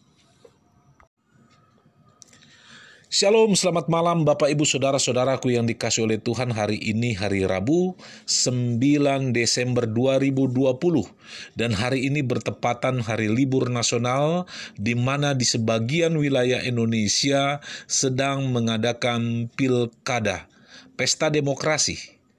Shalom, selamat malam Bapak Ibu Saudara-saudaraku yang dikasihi oleh Tuhan. Hari ini hari Rabu, sembilan Desember dua ribu dua puluh. Dan hari ini bertepatan hari libur nasional, di mana di sebagian wilayah Indonesia sedang mengadakan pilkada, pesta demokrasi.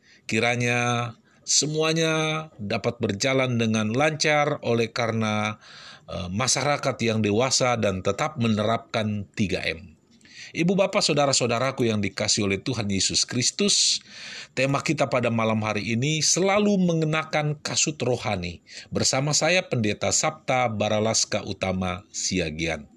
Kiranya semuanya dapat berjalan dengan lancar oleh karena uh, masyarakat yang dewasa dan tetap menerapkan tiga M. Ibu bapak saudara-saudaraku yang dikasihi oleh Tuhan Yesus Kristus, tema kita pada malam hari ini selalu mengenakan kasut rohani. Bersama saya Pendeta Sabta Baralaska Utama Siagian.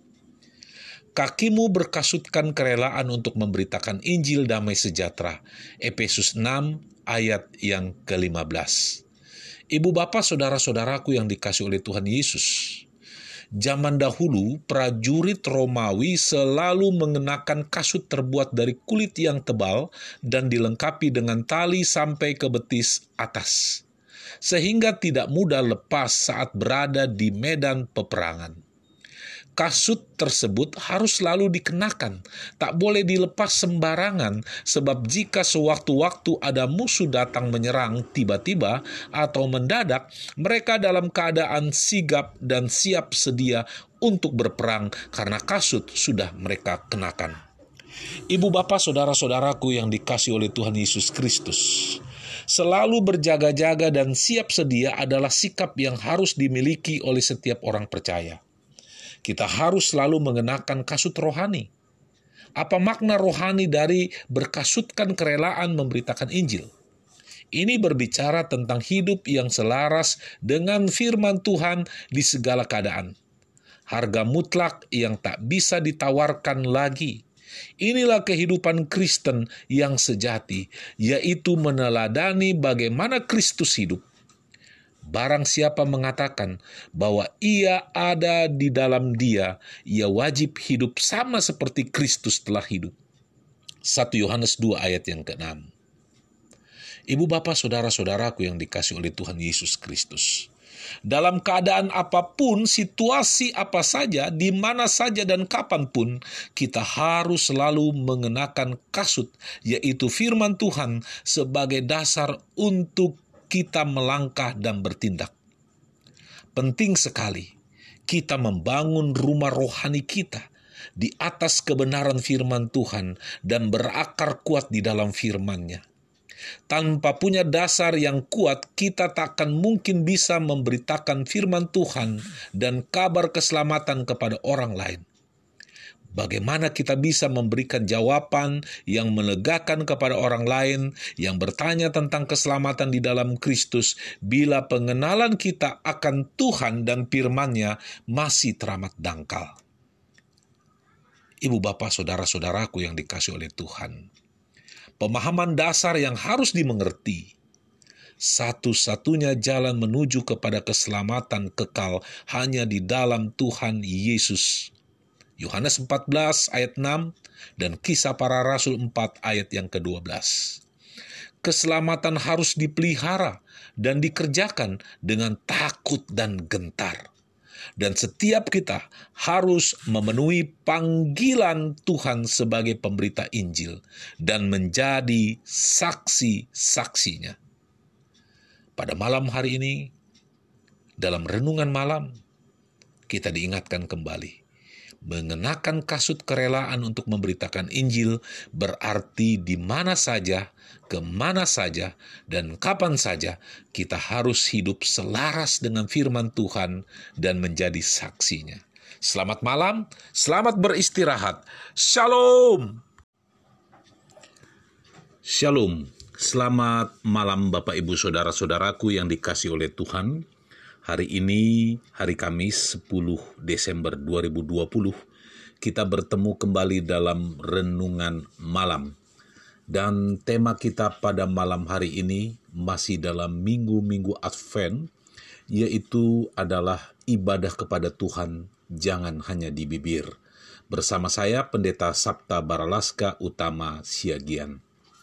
Kakimu berkasutkan kerelaan untuk memberitakan Injil damai sejahtera. Efesus enam ayat yang kelima belas. Ibu bapak saudara-saudaraku yang dikasihi oleh Tuhan Yesus, zaman dahulu, prajurit Romawi selalu mengenakan kasut terbuat dari kulit yang tebal dan dilengkapi dengan tali sampai ke betis atas, sehingga tidak mudah lepas saat berada di medan peperangan. Kasut tersebut harus selalu dikenakan, tak boleh dilepas sembarangan, sebab jika sewaktu-waktu ada musuh datang menyerang tiba-tiba atau mendadak, mereka dalam keadaan sigap dan siap sedia untuk berperang karena kasut sudah mereka kenakan. Ibu bapak saudara-saudaraku yang dikasihi oleh Tuhan Yesus Kristus, selalu berjaga-jaga dan siap sedia adalah sikap yang harus dimiliki oleh setiap orang percaya. Kita harus selalu mengenakan kasut rohani. Apa makna rohani dari berkasutkan kerelaan memberitakan Injil? Ini berbicara tentang hidup yang selaras dengan firman Tuhan di segala keadaan. Harga mutlak yang tak bisa ditawarkan lagi. Inilah kehidupan Kristen yang sejati, yaitu meneladani bagaimana Kristus hidup. Barang siapa mengatakan bahwa ia ada di dalam dia, ia wajib hidup sama seperti Kristus telah hidup. satu Yohanes dua ayat yang keenam. Ibu bapak saudara-saudaraku yang dikasihi oleh Tuhan Yesus Kristus, dalam keadaan apapun, situasi apa saja, di mana saja dan kapanpun, kita harus selalu mengenakan kasut, yaitu firman Tuhan sebagai dasar untuk kita melangkah dan bertindak. Penting sekali kita membangun rumah rohani kita di atas kebenaran firman Tuhan dan berakar kuat di dalam firman-Nya. Tanpa punya dasar yang kuat, kita tak akan mungkin bisa memberitakan firman Tuhan dan kabar keselamatan kepada orang lain. Bagaimana kita bisa memberikan jawaban yang melegakan kepada orang lain yang bertanya tentang keselamatan di dalam Kristus bila pengenalan kita akan Tuhan dan firman-Nya masih teramat dangkal? Ibu bapak saudara-saudaraku yang dikasihi oleh Tuhan, pemahaman dasar yang harus dimengerti, satu-satunya jalan menuju kepada keselamatan kekal hanya di dalam Tuhan Yesus. Yohanes empat belas ayat enam dan Kisah Para Rasul empat ayat yang kedua belas. Keselamatan harus dipelihara dan dikerjakan dengan takut dan gentar. Dan setiap kita harus memenuhi panggilan Tuhan sebagai pemberita Injil dan menjadi saksi-saksinya. Pada malam hari ini, dalam renungan malam, kita diingatkan kembali. Mengenakan kasut kerelaan untuk memberitakan Injil berarti di mana saja, kemana saja, dan kapan saja kita harus hidup selaras dengan firman Tuhan dan menjadi saksinya. Selamat malam, selamat beristirahat. Shalom. Shalom. Selamat malam Bapak Ibu Saudara-saudaraku yang dikasihi oleh Tuhan. Hari ini, hari Kamis sepuluh Desember dua ribu dua puluh, kita bertemu kembali dalam renungan malam. Dan tema kita pada malam hari ini masih dalam minggu-minggu Advent, yaitu adalah ibadah kepada Tuhan, jangan hanya di bibir. Bersama saya, Pendeta Sapta Baralaska Utama Siagian.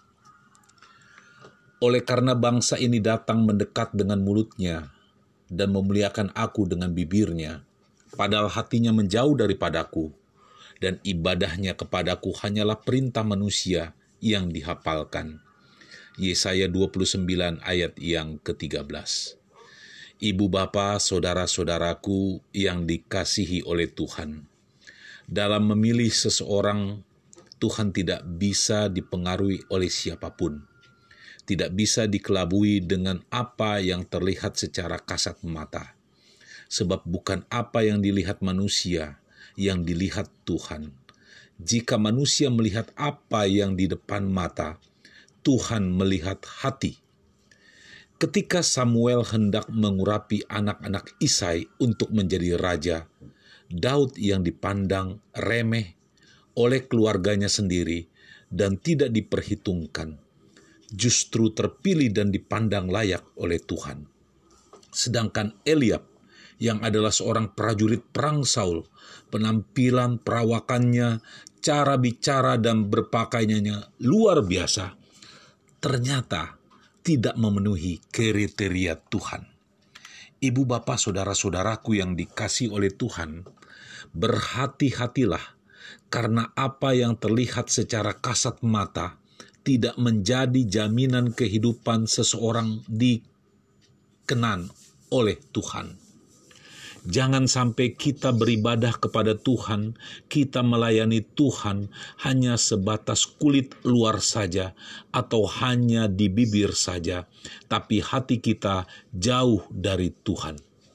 Oleh karena bangsa ini datang mendekat dengan mulutnya, dan memuliakan aku dengan bibirnya, padahal hatinya menjauh daripadaku, dan ibadahnya kepadaku hanyalah perintah manusia yang dihafalkan. Yesaya dua puluh sembilan ayat yang ketiga belas. Ibu bapa, saudara-saudaraku yang dikasihi oleh Tuhan, dalam memilih seseorang, Tuhan tidak bisa dipengaruhi oleh siapapun. Tidak bisa dikelabui dengan apa yang terlihat secara kasat mata. Sebab bukan apa yang dilihat manusia, yang dilihat Tuhan. Jika manusia melihat apa yang di depan mata, Tuhan melihat hati. Ketika Samuel hendak mengurapi anak-anak Isai untuk menjadi raja, Daud yang dipandang remeh oleh keluarganya sendiri dan tidak diperhitungkan, justru terpilih dan dipandang layak oleh Tuhan. Sedangkan Eliab, yang adalah seorang prajurit perang Saul, penampilan perawakannya, cara bicara dan berpakaiannya luar biasa, ternyata tidak memenuhi kriteria Tuhan. Ibu bapak saudara-saudaraku yang dikasihi oleh Tuhan, berhati-hatilah karena apa yang terlihat secara kasat mata tidak menjadi jaminan kehidupan seseorang dikenan oleh Tuhan. Jangan sampai kita beribadah kepada Tuhan, kita melayani Tuhan hanya sebatas kulit luar saja atau hanya di bibir saja, tapi hati kita jauh dari Tuhan.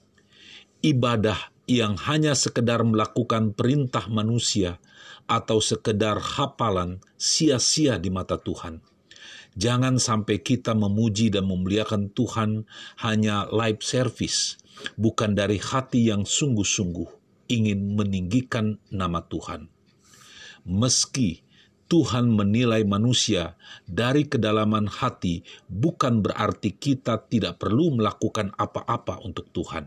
Ibadah yang hanya sekedar melakukan perintah manusia atau sekedar hafalan sia-sia di mata Tuhan. Jangan sampai kita memuji dan memuliakan Tuhan hanya lip service, bukan dari hati yang sungguh-sungguh ingin meninggikan nama Tuhan. Meski Tuhan menilai manusia dari kedalaman hati, bukan berarti kita tidak perlu melakukan apa-apa untuk Tuhan.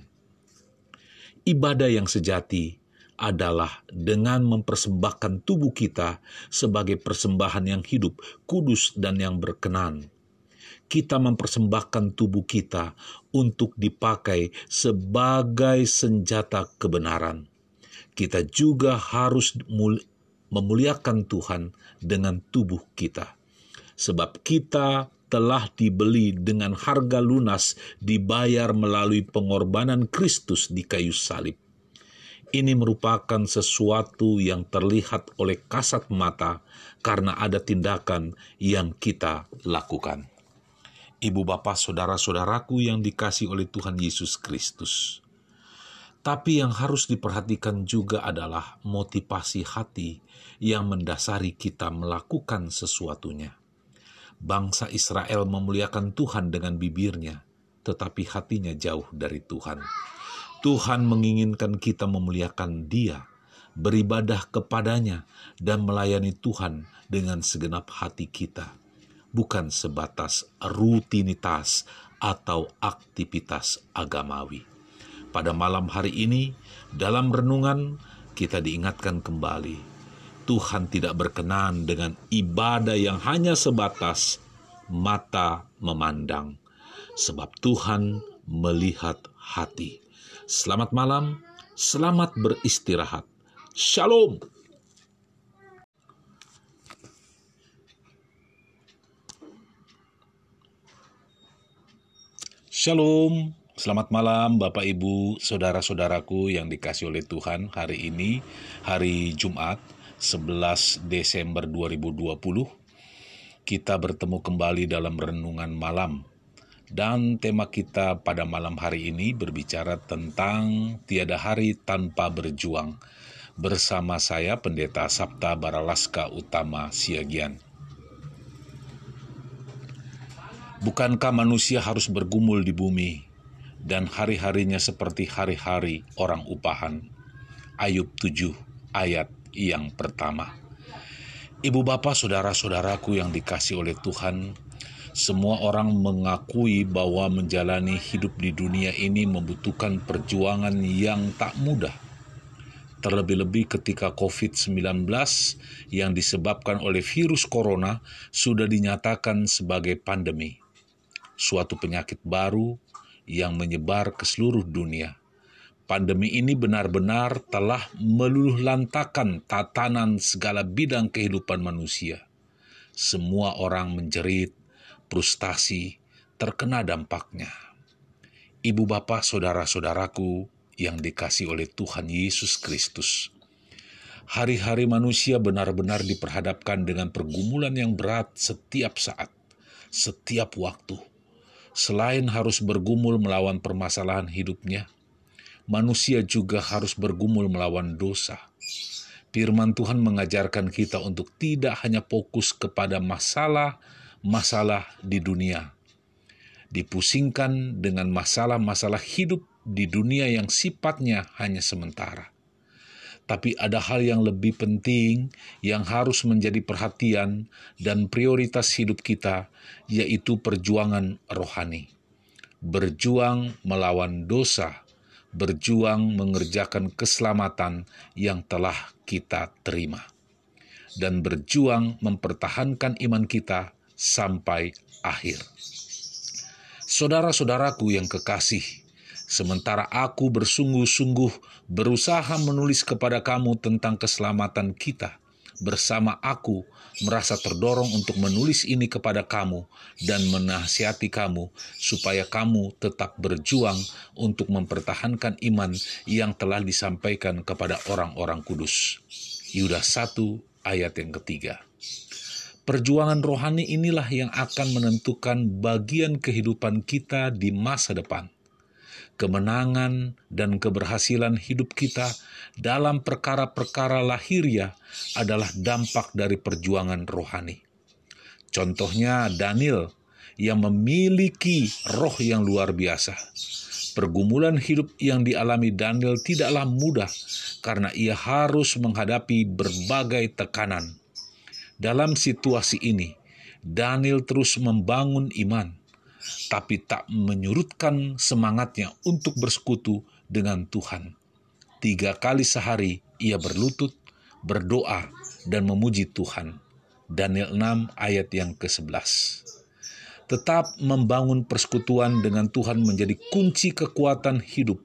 Ibadah yang sejati adalah dengan mempersembahkan tubuh kita sebagai persembahan yang hidup, kudus, dan yang berkenan. Kita mempersembahkan tubuh kita untuk dipakai sebagai senjata kebenaran. Kita juga harus memuliakan Tuhan dengan tubuh kita. Sebab kita telah dibeli dengan harga lunas, dibayar melalui pengorbanan Kristus di kayu salib. Ini merupakan sesuatu yang terlihat oleh kasat mata karena ada tindakan yang kita lakukan. Ibu bapak saudara-saudaraku yang dikasihi oleh Tuhan Yesus Kristus, Tapi yang harus diperhatikan juga adalah motivasi hati yang mendasari kita melakukan sesuatunya. Bangsa Israel memuliakan Tuhan dengan bibirnya, tetapi hatinya jauh dari Tuhan. Tuhan menginginkan kita memuliakan Dia, beribadah kepadanya, dan melayani Tuhan dengan segenap hati kita, bukan sebatas rutinitas atau aktivitas agamawi. Pada malam hari ini, dalam renungan kita diingatkan kembali, Tuhan tidak berkenan dengan ibadah yang hanya sebatas mata memandang, sebab Tuhan melihat hati. Selamat malam, selamat beristirahat. Shalom. Shalom. Selamat malam Bapak Ibu, saudara-saudaraku yang dikasihi oleh Tuhan. Hari ini, hari Jumat, sebelas Desember dua ribu dua puluh, kita bertemu kembali dalam renungan malam. Dan tema kita pada malam hari ini berbicara tentang tiada hari tanpa berjuang. Bersama saya, Pendeta Sabta Baralaska Utama Siagian. Bukankah manusia harus bergumul di bumi, dan hari-harinya seperti hari-hari orang upahan? Ayub tujuh ayat yang pertama. Ibu bapak saudara-saudaraku yang dikasihi oleh Tuhan, semua orang mengakui bahwa menjalani hidup di dunia ini membutuhkan perjuangan yang tak mudah. Terlebih-lebih ketika covid sembilan belas yang disebabkan oleh virus corona sudah dinyatakan sebagai pandemi, suatu penyakit baru yang menyebar ke seluruh dunia. Pandemi ini benar-benar telah meluluhlantakkan tatanan segala bidang kehidupan manusia. Semua orang menjerit, frustasi, terkena dampaknya. Ibu bapak saudara-saudaraku yang dikasihi oleh Tuhan Yesus Kristus, hari-hari manusia benar-benar diperhadapkan dengan pergumulan yang berat setiap saat, setiap waktu. Selain harus bergumul melawan permasalahan hidupnya, manusia juga harus bergumul melawan dosa. Firman Tuhan mengajarkan kita untuk tidak hanya fokus kepada masalah-masalah di dunia, dipusingkan dengan masalah-masalah hidup di dunia yang sifatnya hanya sementara. Tapi ada hal yang lebih penting yang harus menjadi perhatian dan prioritas hidup kita, yaitu perjuangan rohani. Berjuang melawan dosa, berjuang mengerjakan keselamatan yang telah kita terima, dan berjuang mempertahankan iman kita sampai akhir. Saudara-saudaraku yang kekasih, sementara aku bersungguh-sungguh berusaha menulis kepada kamu tentang keselamatan kita, bersama aku merasa terdorong untuk menulis ini kepada kamu dan menasihati kamu supaya kamu tetap berjuang untuk mempertahankan iman yang telah disampaikan kepada orang-orang kudus. Yudas satu ayat yang ketiga. Perjuangan rohani inilah yang akan menentukan bagian kehidupan kita di masa depan. Kemenangan dan keberhasilan hidup kita dalam perkara-perkara lahiriah adalah dampak dari perjuangan rohani. Contohnya Daniel yang memiliki roh yang luar biasa. Pergumulan hidup yang dialami Daniel tidaklah mudah karena ia harus menghadapi berbagai tekanan. Dalam situasi ini, Daniel terus membangun iman, tapi tak menyurutkan semangatnya untuk bersekutu dengan Tuhan. Tiga kali sehari ia berlutut, berdoa, dan memuji Tuhan. Daniel enam ayat yang kesebelas. Tetap membangun persekutuan dengan Tuhan menjadi kunci kekuatan hidup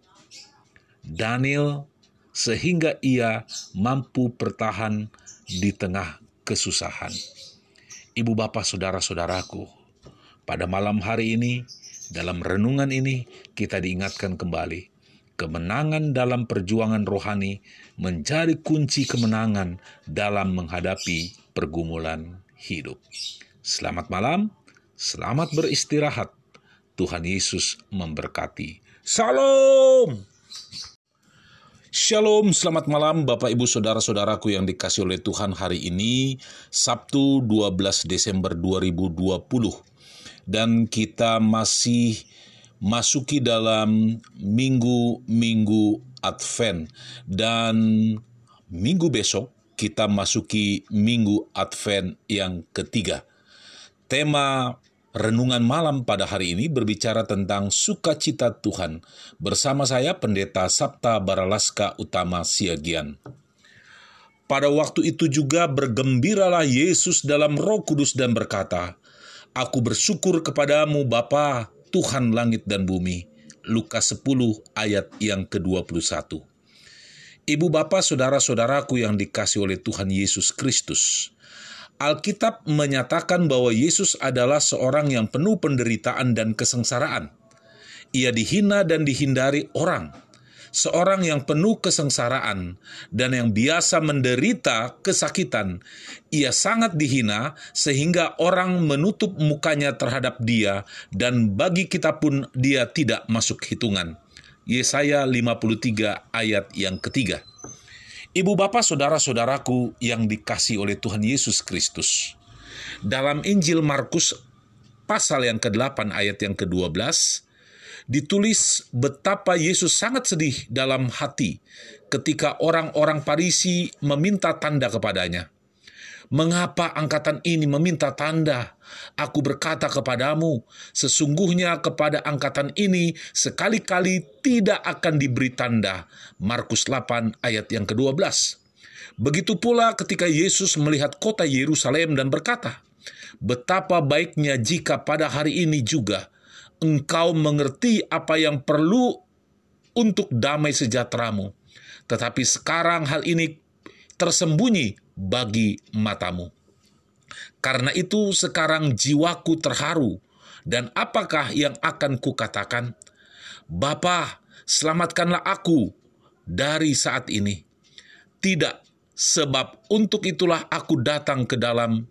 Daniel, sehingga ia mampu bertahan di tengah kesusahan. Ibu bapak saudara-saudaraku, pada malam hari ini, dalam renungan ini, kita diingatkan kembali, kemenangan dalam perjuangan rohani menjadi kunci kemenangan dalam menghadapi pergumulan hidup. Selamat malam, selamat beristirahat. Tuhan Yesus memberkati. Salam! Shalom, selamat malam Bapak Ibu Saudara-saudaraku yang dikasihi oleh Tuhan. Hari ini Sabtu dua belas Desember dua ribu dua puluh. Dan kita masih masuki dalam minggu-minggu Advent. Dan minggu besok kita masuki minggu Advent yang ketiga. Tema renungan malam pada hari ini berbicara tentang sukacita Tuhan. Bersama saya Pendeta Sapta Baralaska Utama Siagian. Pada waktu itu juga bergembiralah Yesus dalam Roh Kudus dan berkata, "Aku bersyukur kepadamu Bapa, Tuhan langit dan bumi." Lukas sepuluh ayat yang kedua puluh satu. Ibu bapak saudara-saudaraku yang dikasihi oleh Tuhan Yesus Kristus, Alkitab menyatakan bahwa Yesus adalah seorang yang penuh penderitaan dan kesengsaraan. Ia dihina dan dihindari orang. Seorang yang penuh kesengsaraan dan yang biasa menderita kesakitan. Ia sangat dihina sehingga orang menutup mukanya terhadap dia, dan bagi kita pun dia tidak masuk hitungan. Yesaya lima puluh tiga ayat yang ketiga. Ibu bapak saudara-saudaraku yang dikasihi oleh Tuhan Yesus Kristus. Dalam Injil Markus pasal yang kedelapan ayat yang kedua belas, ditulis betapa Yesus sangat sedih dalam hati ketika orang-orang Farisi meminta tanda kepadanya. "Mengapa angkatan ini meminta tanda? Aku berkata kepadamu, sesungguhnya kepada angkatan ini sekali-kali tidak akan diberi tanda." Markus delapan ayat yang kedua belas. Begitu pula ketika Yesus melihat kota Yerusalem dan berkata, "Betapa baiknya jika pada hari ini juga engkau mengerti apa yang perlu untuk damai sejahteramu, tetapi sekarang hal ini tersembunyi bagi matamu. Karena itu sekarang jiwaku terharu, dan apakah yang akan kukatakan? Bapa, selamatkanlah aku dari saat ini. Tidak, sebab untuk itulah aku datang ke dalam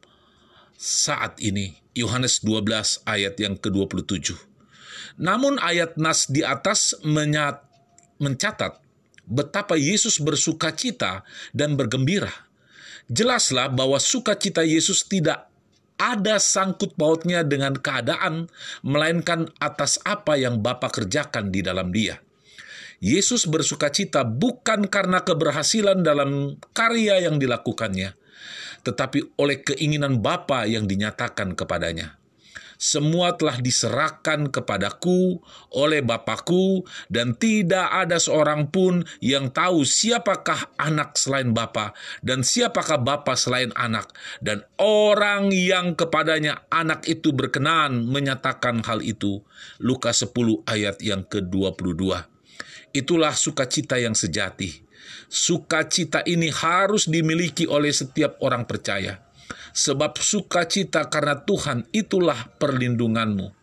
saat ini." Yohanes dua belas ayat yang kedua puluh tujuh. Namun ayat nas di atas menyat, mencatat betapa Yesus bersukacita dan bergembira. Jelaslah bahwa sukacita Yesus tidak ada sangkut pautnya dengan keadaan, melainkan atas apa yang Bapa kerjakan di dalam dia. Yesus bersukacita bukan karena keberhasilan dalam karya yang dilakukannya, tetapi oleh keinginan Bapa yang dinyatakan kepadanya. "Semua telah diserahkan kepadaku oleh Bapakku, dan tidak ada seorang pun yang tahu siapakah anak selain Bapa, dan siapakah Bapa selain anak, dan orang yang kepadanya anak itu berkenan menyatakan hal itu." Lukas sepuluh ayat yang kedua puluh dua. Itulah sukacita yang sejati. Sukacita ini harus dimiliki oleh setiap orang percaya. Sebab sukacita karena Tuhan itulah perlindunganmu.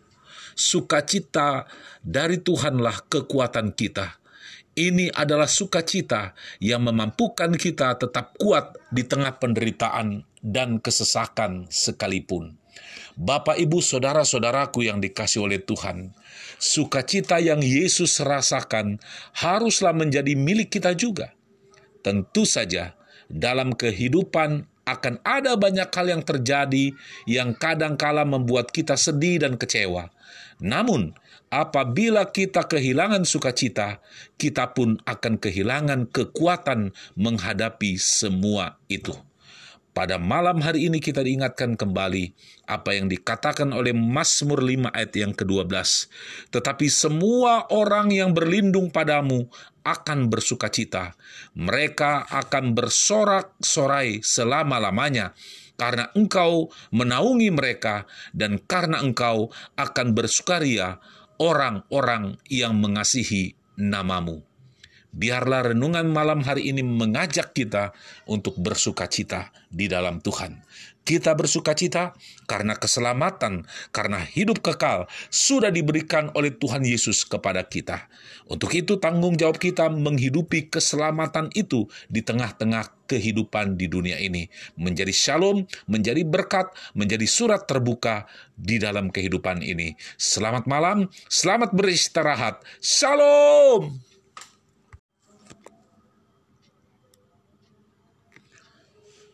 Sukacita dari Tuhanlah kekuatan kita. Ini adalah sukacita yang memampukan kita tetap kuat di tengah penderitaan dan kesesakan sekalipun. Bapak, Ibu, saudara-saudaraku yang dikasihi oleh Tuhan, sukacita yang Yesus rasakan haruslah menjadi milik kita juga. Tentu saja dalam kehidupan akan ada banyak hal yang terjadi yang kadang-kala membuat kita sedih dan kecewa. Namun, apabila kita kehilangan sukacita, kita pun akan kehilangan kekuatan menghadapi semua itu. Pada malam hari ini kita diingatkan kembali apa yang dikatakan oleh Mazmur lima ayat yang kedua belas. "Tetapi semua orang yang berlindung padamu akan bersukacita. Mereka akan bersorak-sorai selama-lamanya, karena engkau menaungi mereka, dan karena engkau akan bersukaria orang-orang yang mengasihi namamu." Biarlah renungan malam hari ini mengajak kita untuk bersukacita di dalam Tuhan. Kita bersukacita karena keselamatan, karena hidup kekal sudah diberikan oleh Tuhan Yesus kepada kita. Untuk itu tanggung jawab kita menghidupi keselamatan itu di tengah-tengah kehidupan di dunia ini. Menjadi shalom, menjadi berkat, menjadi surat terbuka di dalam kehidupan ini. Selamat malam, selamat beristirahat. Shalom!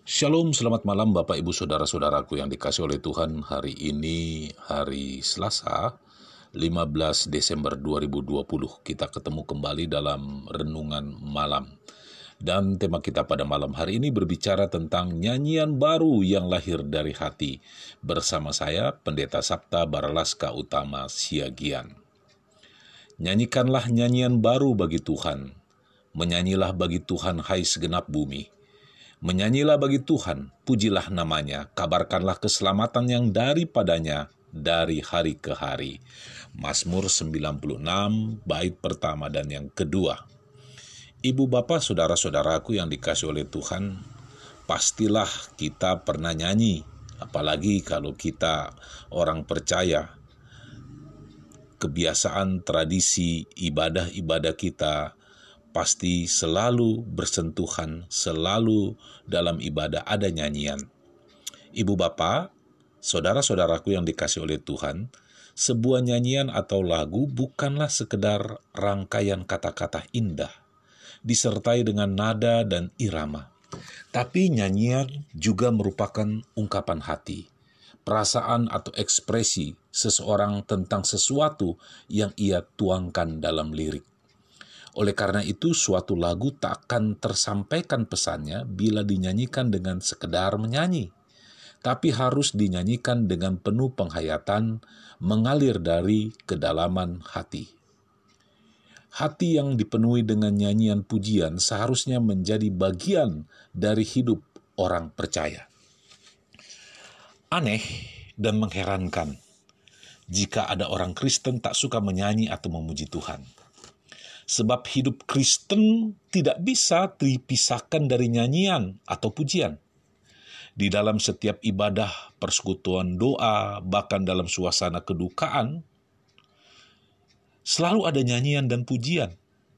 Shalom, selamat malam Bapak Ibu Saudara-saudaraku yang dikasih oleh Tuhan. Hari ini hari Selasa, lima belas Desember dua ribu dua puluh. Kita ketemu kembali dalam renungan malam. Dan tema kita pada malam hari ini berbicara tentang nyanyian baru yang lahir dari hati. Bersama saya, Pendeta Sabta Baralaska Utama Siagian. Nyanyikanlah nyanyian baru bagi Tuhan. Menyanyilah bagi Tuhan hai segenap bumi. Menyanyilah bagi Tuhan, pujilah namanya, kabarkanlah keselamatan yang daripadanya dari hari ke hari. Mazmur sembilan puluh enam, bait pertama dan yang kedua. Ibu bapak saudara-saudaraku yang dikasih oleh Tuhan, pastilah kita pernah nyanyi, apalagi kalau kita orang percaya. Kebiasaan, tradisi, ibadah-ibadah kita pasti selalu bersentuhan, selalu dalam ibadah ada nyanyian. Ibu bapak, saudara-saudaraku yang dikasih oleh Tuhan, sebuah nyanyian atau lagu bukanlah sekedar rangkaian kata-kata indah, disertai dengan nada dan irama. Tapi nyanyian juga merupakan ungkapan hati, perasaan atau ekspresi seseorang tentang sesuatu yang ia tuangkan dalam lirik. Oleh karena itu, suatu lagu tak akan tersampaikan pesannya bila dinyanyikan dengan sekedar menyanyi, tapi harus dinyanyikan dengan penuh penghayatan, mengalir dari kedalaman hati. Hati yang dipenuhi dengan nyanyian pujian seharusnya menjadi bagian dari hidup orang percaya. Aneh dan mengherankan jika ada orang Kristen tak suka menyanyi atau memuji Tuhan. Sebab hidup Kristen tidak bisa dipisahkan dari nyanyian atau pujian. Di dalam setiap ibadah, persekutuan doa, bahkan dalam suasana kedukaan, selalu ada nyanyian dan pujian.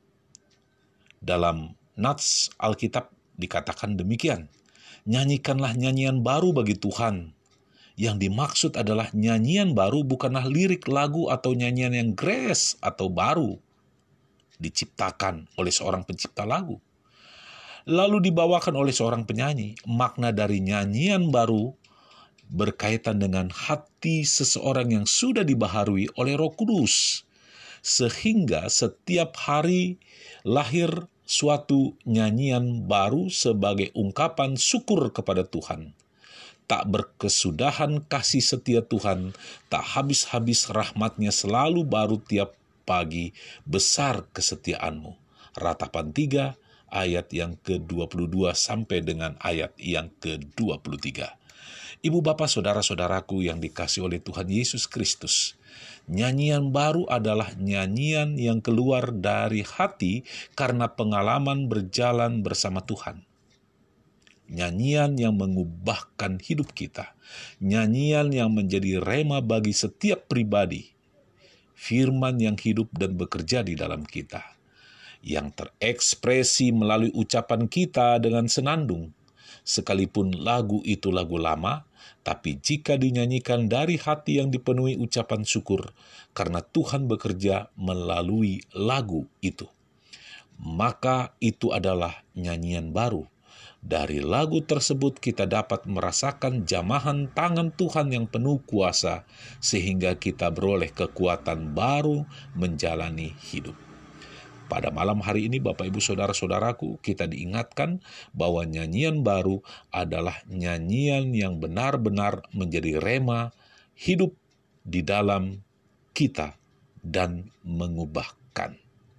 Dalam Nats Alkitab dikatakan demikian, nyanyikanlah nyanyian baru bagi Tuhan. Yang dimaksud adalah nyanyian baru bukanlah lirik lagu atau nyanyian yang grace atau baru, diciptakan oleh seorang pencipta lagu, lalu dibawakan oleh seorang penyanyi. Makna dari nyanyian baru berkaitan dengan hati seseorang yang sudah dibaharui oleh Roh Kudus, sehingga setiap hari lahir suatu nyanyian baru sebagai ungkapan syukur kepada Tuhan. Tak berkesudahan kasih setia Tuhan, tak habis-habis rahmat-Nya selalu baru tiap pagi, besar kesetiaanmu. Ratapan tiga ayat yang ke dua puluh dua sampai dengan ayat yang ke dua puluh tiga. Ibu bapak saudara-saudaraku yang dikasih oleh Tuhan Yesus Kristus, nyanyian baru adalah nyanyian yang keluar dari hati karena pengalaman berjalan bersama Tuhan. Nyanyian yang mengubahkan hidup kita, nyanyian yang menjadi rema bagi setiap pribadi, firman yang hidup dan bekerja di dalam kita, yang terekspresi melalui ucapan kita dengan senandung. Sekalipun lagu itu lagu lama, tapi jika dinyanyikan dari hati yang dipenuhi ucapan syukur, karena Tuhan bekerja melalui lagu itu, maka itu adalah nyanyian baru. Dari lagu tersebut kita dapat merasakan jamahan tangan Tuhan yang penuh kuasa, sehingga kita beroleh kekuatan baru menjalani hidup. Pada malam hari ini Bapak Ibu Saudara-saudaraku, kita diingatkan bahwa nyanyian baru adalah nyanyian yang benar-benar menjadi rema hidup di dalam kita dan mengubahkan.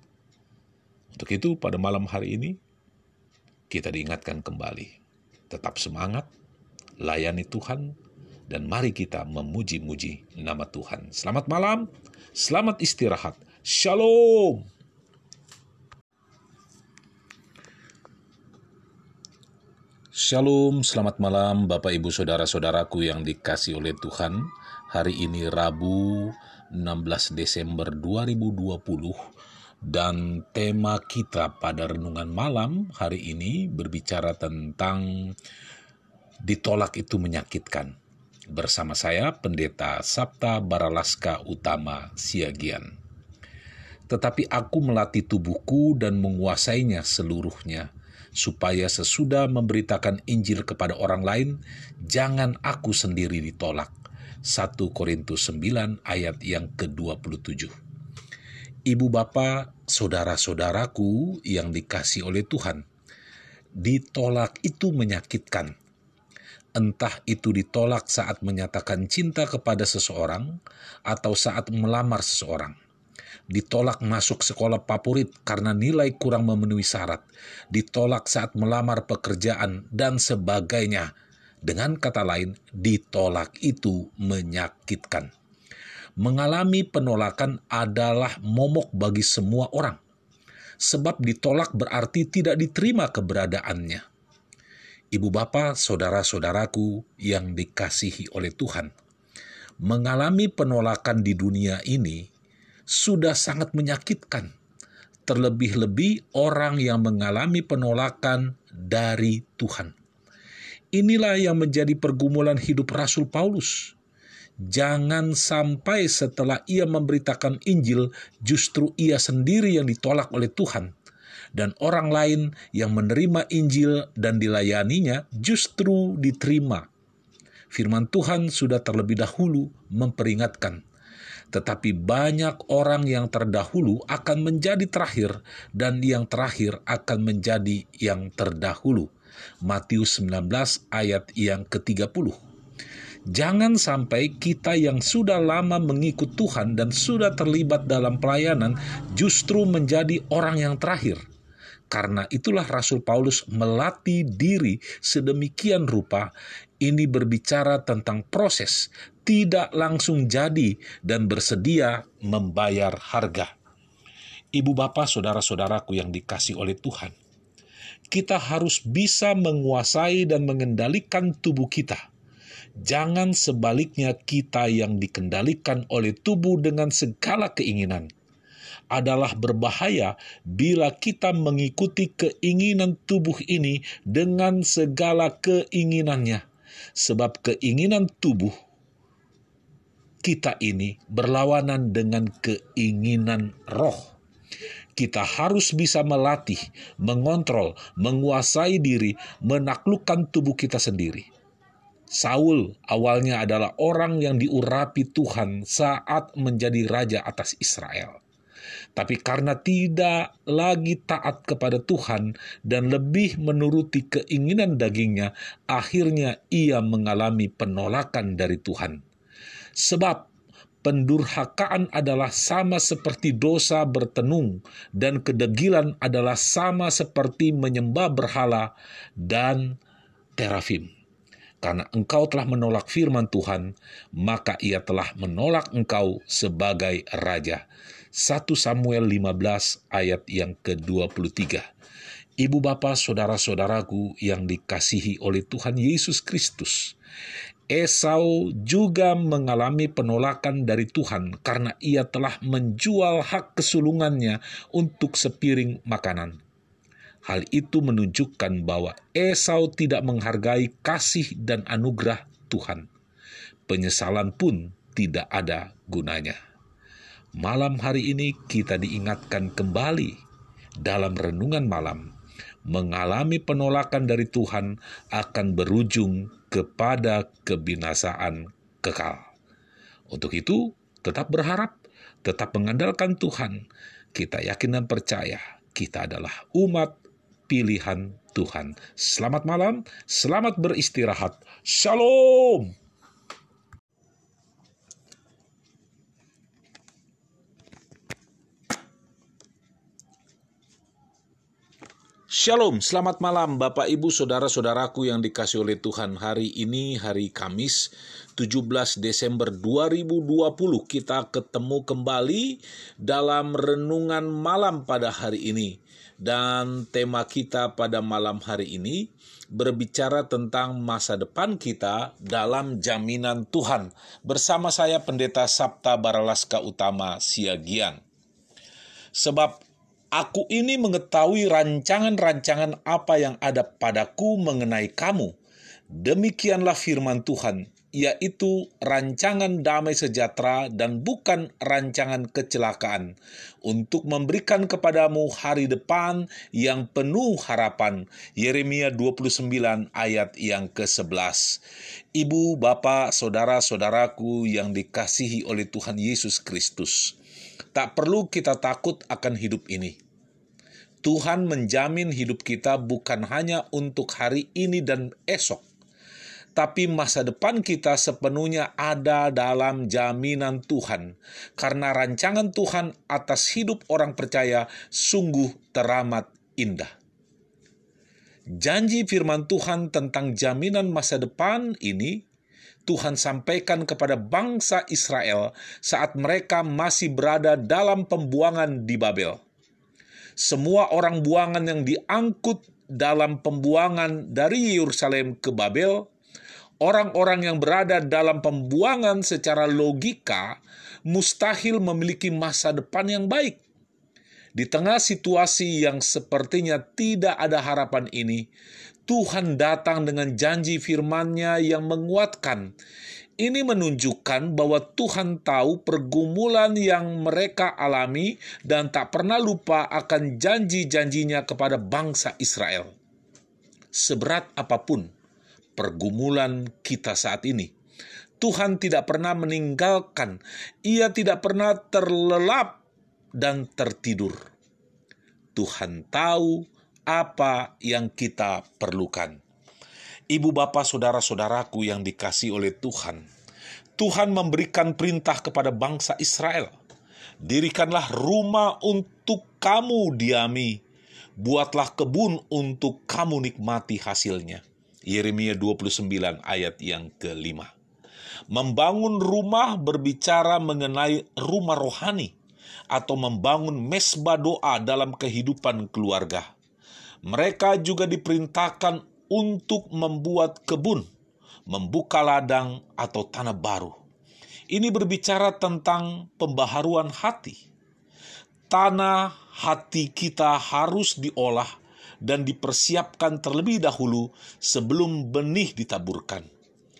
Untuk itu pada malam hari ini, kita diingatkan kembali, tetap semangat, layani Tuhan, dan mari kita memuji-muji nama Tuhan. Selamat malam, selamat istirahat, shalom. Shalom, selamat malam Bapak Ibu Saudara-saudaraku yang dikasih oleh Tuhan. Hari ini Rabu enam belas Desember dua ribu dua puluh. Dan tema kita pada renungan malam hari ini berbicara tentang ditolak itu menyakitkan. Bersama saya, Pendeta Sabta Baralaska Utama Siagian. Tetapi aku melatih tubuhku dan menguasainya seluruhnya, supaya sesudah memberitakan Injil kepada orang lain, jangan aku sendiri ditolak. satu Korintus sembilan ayat yang ke dua puluh tujuh. Ibu bapa, saudara-saudaraku yang dikasihi oleh Tuhan, ditolak itu menyakitkan. Entah itu ditolak saat menyatakan cinta kepada seseorang atau saat melamar seseorang. Ditolak masuk sekolah favorit karena nilai kurang memenuhi syarat. Ditolak saat melamar pekerjaan dan sebagainya. Dengan kata lain, ditolak itu menyakitkan. Mengalami penolakan adalah momok bagi semua orang. Sebab ditolak berarti tidak diterima keberadaannya. Ibu bapa, saudara-saudaraku yang dikasihi oleh Tuhan, mengalami penolakan di dunia ini sudah sangat menyakitkan. Terlebih-lebih orang yang mengalami penolakan dari Tuhan. Inilah yang menjadi pergumulan hidup Rasul Paulus. Jangan sampai setelah ia memberitakan Injil, justru ia sendiri yang ditolak oleh Tuhan. Dan orang lain yang menerima Injil dan dilayaninya justru diterima. Firman Tuhan sudah terlebih dahulu memperingatkan, tetapi banyak orang yang terdahulu akan menjadi terakhir, dan yang terakhir akan menjadi yang terdahulu. Matius sembilan belas ayat yang ke tiga puluh. Jangan sampai kita yang sudah lama mengikut Tuhan dan sudah terlibat dalam pelayanan justru menjadi orang yang terakhir. Karena itulah Rasul Paulus melatih diri sedemikian rupa. Ini berbicara tentang proses, tidak langsung jadi dan bersedia membayar harga. Ibu bapa, saudara-saudaraku yang dikasihi oleh Tuhan, kita harus bisa menguasai dan mengendalikan tubuh kita. Jangan sebaliknya kita yang dikendalikan oleh tubuh dengan segala keinginan. Adalah berbahaya bila kita mengikuti keinginan tubuh ini dengan segala keinginannya. Sebab keinginan tubuh kita ini berlawanan dengan keinginan roh. Kita harus bisa melatih, mengontrol, menguasai diri, menaklukkan tubuh kita sendiri. Saul awalnya adalah orang yang diurapi Tuhan saat menjadi raja atas Israel. Tapi karena tidak lagi taat kepada Tuhan dan lebih menuruti keinginan dagingnya, akhirnya ia mengalami penolakan dari Tuhan. Sebab pendurhakaan adalah sama seperti dosa bertenung, dan kedegilan adalah sama seperti menyembah berhala dan terafim. Karena engkau telah menolak firman Tuhan, maka ia telah menolak engkau sebagai raja. satu Samuel lima belas ayat yang ke dua puluh tiga. Ibu bapa, saudara-saudaraku yang dikasihi oleh Tuhan Yesus Kristus, Esau juga mengalami penolakan dari Tuhan karena ia telah menjual hak kesulungannya untuk sepiring makanan. Hal itu menunjukkan bahwa Esau tidak menghargai kasih dan anugerah Tuhan. Penyesalan pun tidak ada gunanya. Malam hari ini kita diingatkan kembali dalam renungan malam, mengalami penolakan dari Tuhan akan berujung kepada kebinasaan kekal. Untuk itu, tetap berharap, tetap mengandalkan Tuhan. Kita yakin dan percaya kita adalah umat pilihan Tuhan. Selamat malam, selamat beristirahat. Shalom. Shalom, selamat malam Bapak Ibu Saudara-saudaraku yang dikasihi oleh Tuhan. Hari ini hari Kamis tujuh belas Desember dua ribu dua puluh kita ketemu kembali dalam renungan malam pada hari ini. Dan tema kita pada malam hari ini berbicara tentang masa depan kita dalam jaminan Tuhan. Bersama saya Pendeta Sapta Baralaska Utama Siagian. Sebab aku ini mengetahui rancangan-rancangan apa yang ada padaku mengenai kamu. Demikianlah firman Tuhan, yaitu rancangan damai sejahtera dan bukan rancangan kecelakaan, untuk memberikan kepadamu hari depan yang penuh harapan. Yeremia dua puluh sembilan ayat yang kesebelas. Ibu, bapak, saudara-saudaraku yang dikasihi oleh Tuhan Yesus Kristus, tak perlu kita takut akan hidup ini. Tuhan menjamin hidup kita bukan hanya untuk hari ini dan esok, tapi masa depan kita sepenuhnya ada dalam jaminan Tuhan, karena rancangan Tuhan atas hidup orang percaya sungguh teramat indah. Janji firman Tuhan tentang jaminan masa depan ini Tuhan sampaikan kepada bangsa Israel saat mereka masih berada dalam pembuangan di Babel. Semua orang buangan yang diangkut dalam pembuangan dari Yerusalem ke Babel, orang-orang yang berada dalam pembuangan secara logika mustahil memiliki masa depan yang baik. Di tengah situasi yang sepertinya tidak ada harapan ini, Tuhan datang dengan janji firman-Nya yang menguatkan. Ini menunjukkan bahwa Tuhan tahu pergumulan yang mereka alami dan tak pernah lupa akan janji-janjinya kepada bangsa Israel. Seberat apapun pergumulan kita saat ini, Tuhan tidak pernah meninggalkan. Ia tidak pernah terlelap dan tertidur. Tuhan tahu apa yang kita perlukan. Ibu, bapak, saudara-saudaraku yang dikasihi oleh Tuhan, Tuhan memberikan perintah kepada bangsa Israel, dirikanlah rumah untuk kamu diami, buatlah kebun untuk kamu nikmati hasilnya. Yeremia dua puluh sembilan ayat yang kelima. Membangun rumah berbicara mengenai rumah rohani, atau membangun mesbah doa dalam kehidupan keluarga. Mereka juga diperintahkan untuk membuat kebun, membuka ladang atau tanah baru. Ini berbicara tentang pembaharuan hati. Tanah hati kita harus diolah dan dipersiapkan terlebih dahulu sebelum benih ditaburkan.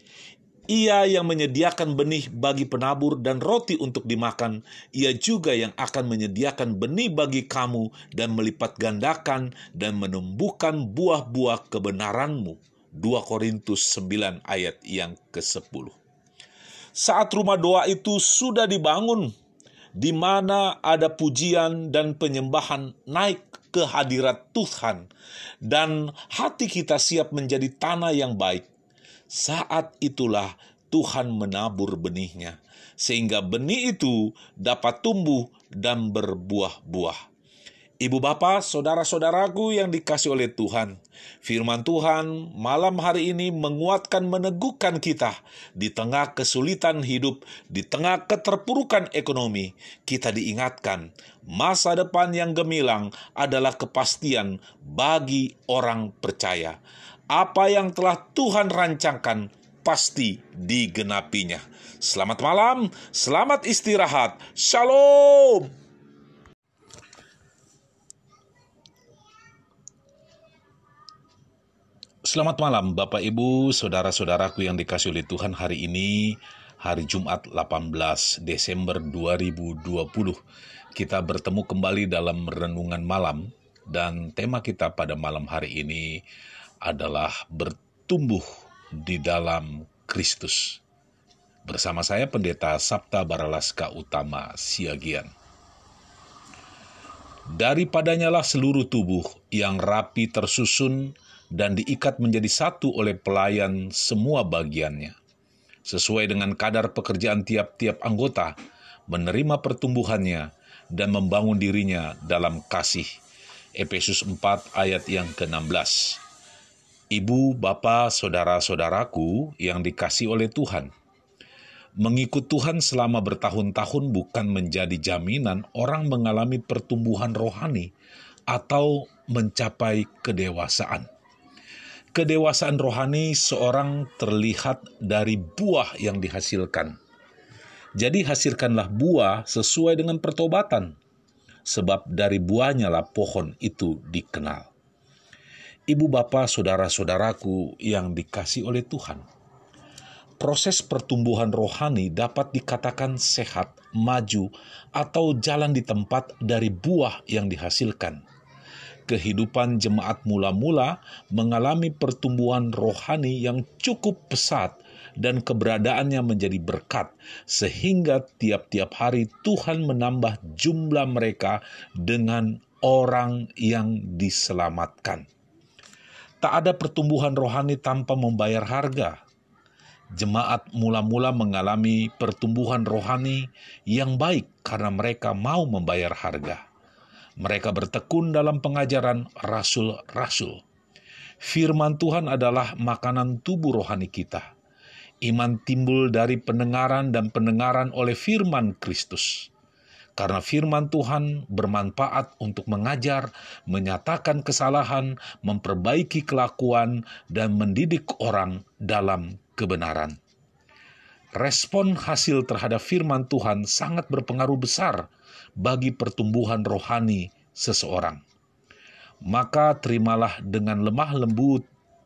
Ia yang menyediakan benih bagi penabur dan roti untuk dimakan, ia juga yang akan menyediakan benih bagi kamu dan melipat gandakan dan menumbuhkan buah-buah kebenaranmu. dua Korintus sembilan ayat yang kesepuluh. Saat rumah doa itu sudah dibangun, di mana ada pujian dan penyembahan naik ke hadirat Tuhan, dan hati kita siap menjadi tanah yang baik, saat itulah Tuhan menabur benihnya, sehingga benih itu dapat tumbuh dan berbuah-buah. Ibu bapa, saudara-saudaraku yang dikasihi oleh Tuhan, firman Tuhan malam hari ini menguatkan, meneguhkan kita di tengah kesulitan hidup, di tengah keterpurukan ekonomi. Kita diingatkan, masa depan yang gemilang adalah kepastian bagi orang percaya. Apa yang telah Tuhan rancangkan pasti digenapinya. Selamat malam, selamat istirahat. Shalom. Selamat malam Bapak Ibu, saudara-saudaraku yang dikasihi oleh Tuhan. Hari ini hari Jumat delapan belas Desember dua ribu dua puluh. Kita bertemu kembali dalam renungan malam, dan tema kita pada malam hari ini adalah bertumbuh di dalam Kristus. Bersama saya Pendeta Sabta Baralaska Utama Siagian. Daripadanya lah seluruh tubuh yang rapi tersusun dan diikat menjadi satu oleh pelayan semua bagiannya, sesuai dengan kadar pekerjaan tiap-tiap anggota, menerima pertumbuhannya dan membangun dirinya dalam kasih. Efesus empat ayat yang ke-enam belas. Ibu, bapa, saudara-saudaraku yang dikasihi oleh Tuhan, mengikut Tuhan selama bertahun-tahun bukan menjadi jaminan orang mengalami pertumbuhan rohani atau mencapai kedewasaan. Kedewasaan rohani seorang terlihat dari buah yang dihasilkan. Jadi hasilkanlah buah sesuai dengan pertobatan, sebab dari buahnya lah pohon itu dikenal. Ibu bapa, saudara-saudaraku yang dikasihi oleh Tuhan, proses pertumbuhan rohani dapat dikatakan sehat, maju, atau jalan di tempat dari buah yang dihasilkan. Kehidupan jemaat mula-mula mengalami pertumbuhan rohani yang cukup pesat dan keberadaannya menjadi berkat, sehingga tiap-tiap hari Tuhan menambah jumlah mereka dengan orang yang diselamatkan. Tak ada pertumbuhan rohani tanpa membayar harga. Jemaat mula-mula mengalami pertumbuhan rohani yang baik karena mereka mau membayar harga. Mereka bertekun dalam pengajaran rasul-rasul. Firman Tuhan adalah makanan tubuh rohani kita. Iman timbul dari pendengaran dan pendengaran oleh firman Kristus. Karena firman Tuhan bermanfaat untuk mengajar, menyatakan kesalahan, memperbaiki kelakuan, dan mendidik orang dalam kebenaran. Respon hasil terhadap firman Tuhan sangat berpengaruh besar bagi pertumbuhan rohani seseorang. Maka terimalah dengan lemah lembut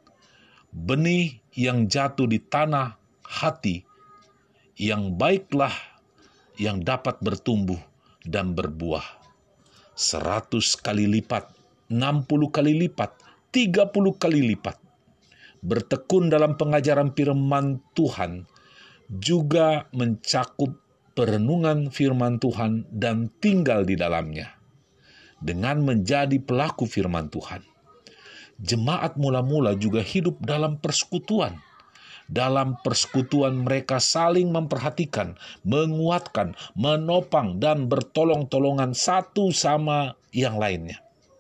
benih yang jatuh di tanah hati, yang baiklah yang dapat bertumbuh dan berbuah seratus kali lipat, enam puluh kali lipat, tiga puluh kali lipat. Bertekun dalam pengajaran firman Tuhan juga mencakup perenungan firman Tuhan dan tinggal di dalamnya. Dengan menjadi pelaku firman Tuhan, jemaat mula-mula juga hidup dalam persekutuan. Dalam persekutuan mereka saling memperhatikan, menguatkan, menopang, dan bertolong-tolongan satu sama yang lainnya.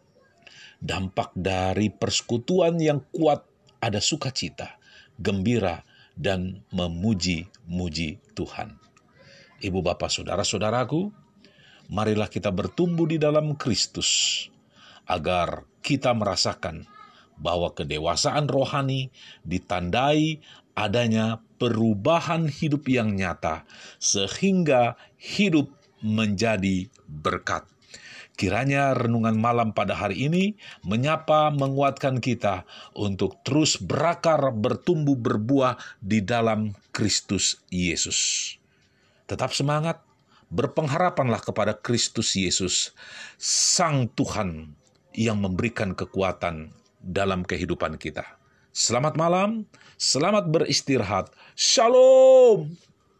Dampak dari persekutuan yang kuat ada sukacita, gembira, dan memuji-muji Tuhan. Ibu bapak saudara-saudaraku, marilah kita bertumbuh di dalam Kristus, agar kita merasakan bahwa kedewasaan rohani ditandai adanya perubahan hidup yang nyata, sehingga hidup menjadi berkat. Kiranya renungan malam pada hari ini menyapa, menguatkan kita untuk terus berakar, bertumbuh, berbuah di dalam Kristus Yesus. Tetap semangat, berpengharapanlah kepada Kristus Yesus, Sang Tuhan yang memberikan kekuatan dalam kehidupan kita. Selamat malam, selamat beristirahat. Shalom.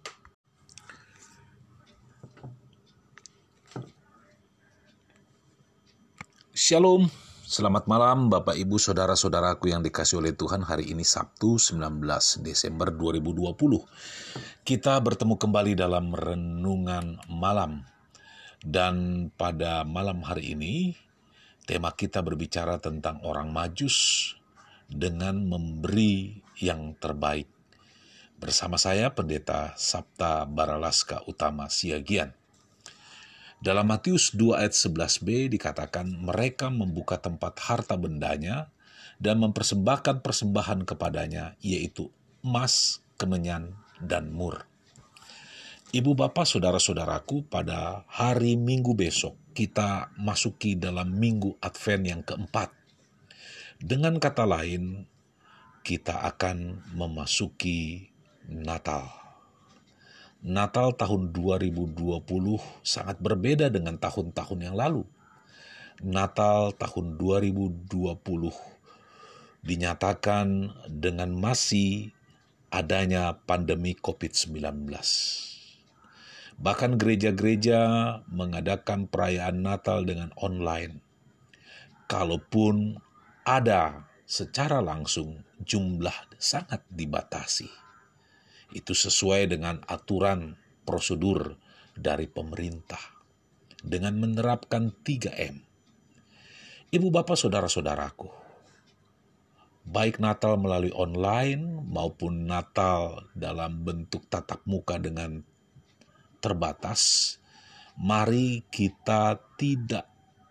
Shalom, selamat malam Bapak Ibu Saudara-saudaraku yang dikasihi oleh Tuhan. Hari ini Sabtu sembilan belas Desember dua ribu dua puluh. Kita bertemu kembali dalam renungan malam. Dan pada malam hari ini, tema kita berbicara tentang orang Majus dengan memberi yang terbaik. Bersama saya Pendeta Sabta Baralaska Utama Siagian. Dalam Matius dua ayat sebelas b dikatakan mereka membuka tempat harta bendanya dan mempersembahkan persembahan kepadanya, yaitu emas, kemenyan, dan mur. Ibu bapak saudara-saudaraku, pada hari Minggu besok kita masuki dalam Minggu Advent yang keempat. Dengan kata lain, kita akan memasuki Natal. Natal tahun dua ribu dua puluh sangat berbeda dengan tahun-tahun yang lalu. Natal tahun dua ribu dua puluh dinyatakan dengan masih adanya pandemi covid sembilan belas. Bahkan gereja-gereja mengadakan perayaan Natal dengan online. Kalaupun ada secara langsung, jumlah sangat dibatasi. Itu sesuai dengan aturan prosedur dari pemerintah dengan menerapkan tiga M. Ibu bapak saudara-saudaraku, baik Natal melalui online maupun Natal dalam bentuk tatap muka dengan terbatas, mari kita tidak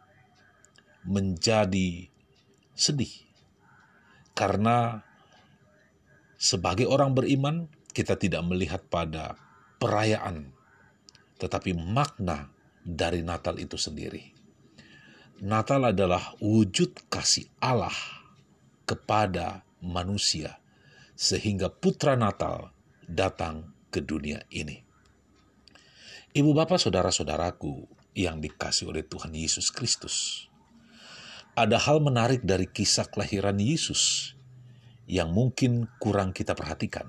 menjadi sedih. Karena sebagai orang beriman, kita tidak melihat pada perayaan, tetapi makna dari Natal itu sendiri. Natal adalah wujud kasih Allah kepada manusia, sehingga Putra Natal datang ke dunia ini. Ibu bapak saudara-saudaraku yang dikasihi oleh Tuhan Yesus Kristus, ada hal menarik dari kisah kelahiran Yesus yang mungkin kurang kita perhatikan.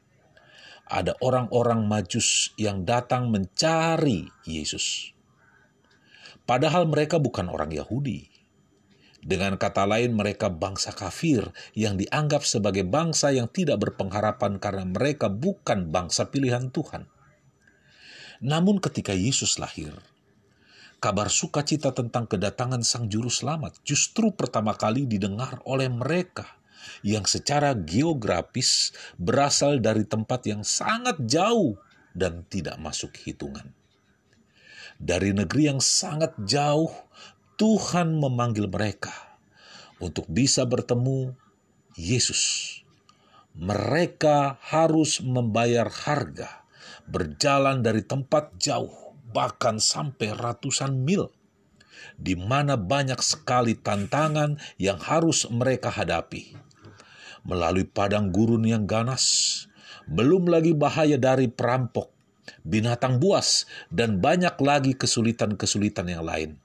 Ada orang-orang Majus yang datang mencari Yesus. Padahal mereka bukan orang Yahudi. Dengan kata lain, mereka bangsa kafir yang dianggap sebagai bangsa yang tidak berpengharapan karena mereka bukan bangsa pilihan Tuhan. Namun ketika Yesus lahir, kabar sukacita tentang kedatangan Sang Juru Selamat justru pertama kali didengar oleh mereka yang secara geografis berasal dari tempat yang sangat jauh dan tidak masuk hitungan. Dari negeri yang sangat jauh, Tuhan memanggil mereka untuk bisa bertemu Yesus. Mereka harus membayar harga, berjalan dari tempat jauh, bahkan sampai ratusan mil, di mana banyak sekali tantangan yang harus mereka hadapi. Melalui padang gurun yang ganas, belum lagi bahaya dari perampok, binatang buas, dan banyak lagi kesulitan-kesulitan yang lain.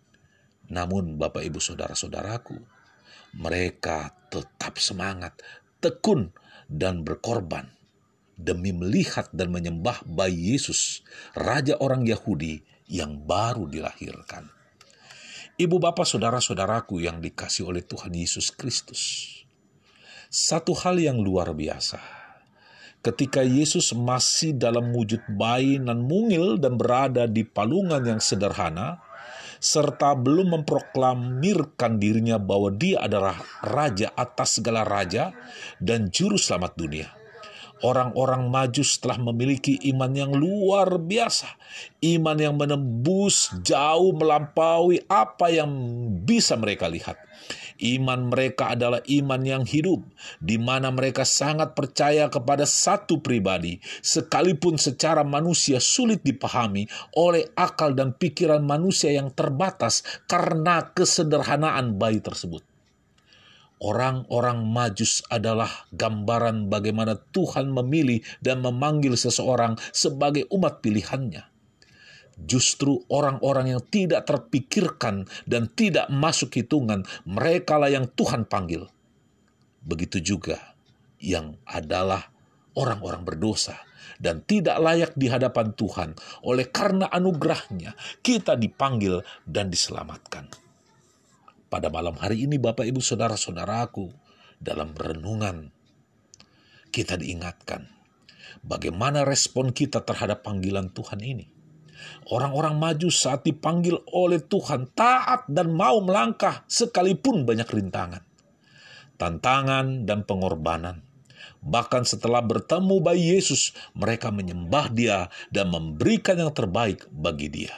Namun Bapak Ibu Saudara-saudaraku, mereka tetap semangat, tekun, dan berkorban demi melihat dan menyembah bayi Yesus, Raja orang Yahudi yang baru dilahirkan. Ibu bapak saudara-saudaraku yang dikasihi oleh Tuhan Yesus Kristus, satu hal yang luar biasa, ketika Yesus masih dalam wujud bayi nan mungil dan berada di palungan yang sederhana, serta belum memproklamirkan dirinya bahwa dia adalah raja atas segala raja dan juru selamat dunia, orang-orang Majus telah memiliki iman yang luar biasa, iman yang menembus jauh melampaui apa yang bisa mereka lihat. Iman mereka adalah iman yang hidup, di mana mereka sangat percaya kepada satu pribadi, sekalipun secara manusia sulit dipahami oleh akal dan pikiran manusia yang terbatas karena kesederhanaan bayi tersebut. Orang-orang Majus adalah gambaran bagaimana Tuhan memilih dan memanggil seseorang sebagai umat pilihannya. Justru orang-orang yang tidak terpikirkan dan tidak masuk hitungan, merekalah yang Tuhan panggil. Begitu juga yang adalah orang-orang berdosa dan tidak layak di hadapan Tuhan. Oleh karena anugerahnya, kita dipanggil dan diselamatkan. Pada malam hari ini Bapak Ibu Saudara-saudaraku, dalam renungan kita diingatkan bagaimana respon kita terhadap panggilan Tuhan ini. Orang-orang Majus saat dipanggil oleh Tuhan taat dan mau melangkah sekalipun banyak rintangan, tantangan dan pengorbanan. Bahkan setelah bertemu bayi Yesus, mereka menyembah Dia dan memberikan yang terbaik bagi Dia.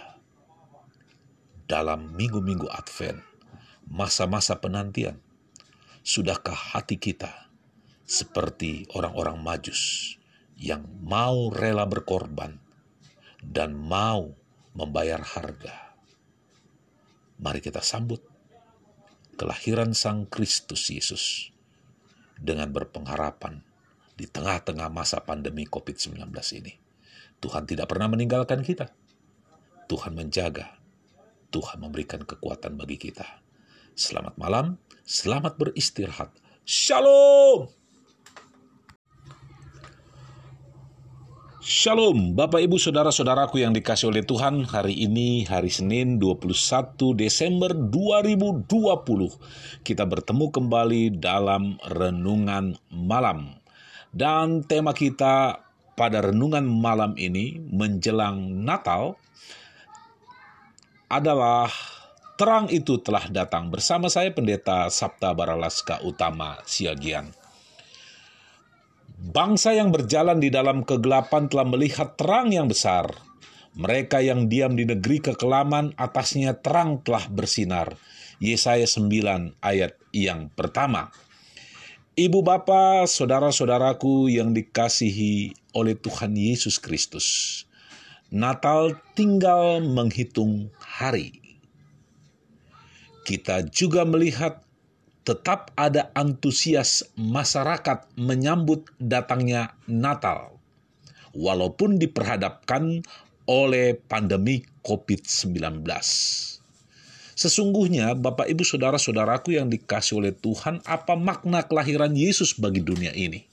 Dalam minggu-minggu Advent, masa-masa penantian, sudahkah hati kita seperti orang-orang Majus yang mau rela berkorban dan mau membayar harga? Mari kita sambut kelahiran Sang Kristus Yesus dengan berpengharapan di tengah-tengah masa pandemi covid sembilan belas ini. Tuhan tidak pernah meninggalkan kita. Tuhan menjaga. Tuhan memberikan kekuatan bagi kita. Selamat malam, selamat beristirahat. Shalom! Shalom, Bapak Ibu Saudara-saudaraku yang dikasihi oleh Tuhan. Hari ini hari Senin dua puluh satu Desember dua ribu dua puluh. Kita bertemu kembali dalam renungan malam. Dan tema kita pada renungan malam ini menjelang Natal adalah terang itu telah datang. Bersama saya Pendeta Sabta Baralaska Utama Siagian. Bangsa yang berjalan di dalam kegelapan telah melihat terang yang besar. Mereka yang diam di negeri kekelaman, atasnya terang telah bersinar. Yesaya sembilan ayat yang pertama. Ibu bapa, saudara-saudaraku yang dikasihi oleh Tuhan Yesus Kristus, Natal tinggal menghitung hari. Kita juga melihat tetap ada antusias masyarakat menyambut datangnya Natal. walaupun diperhadapkan oleh pandemi covid sembilan belas. Sesungguhnya, Bapak, Ibu, Saudara-saudaraku yang dikasihi oleh Tuhan, apa makna kelahiran Yesus bagi dunia ini?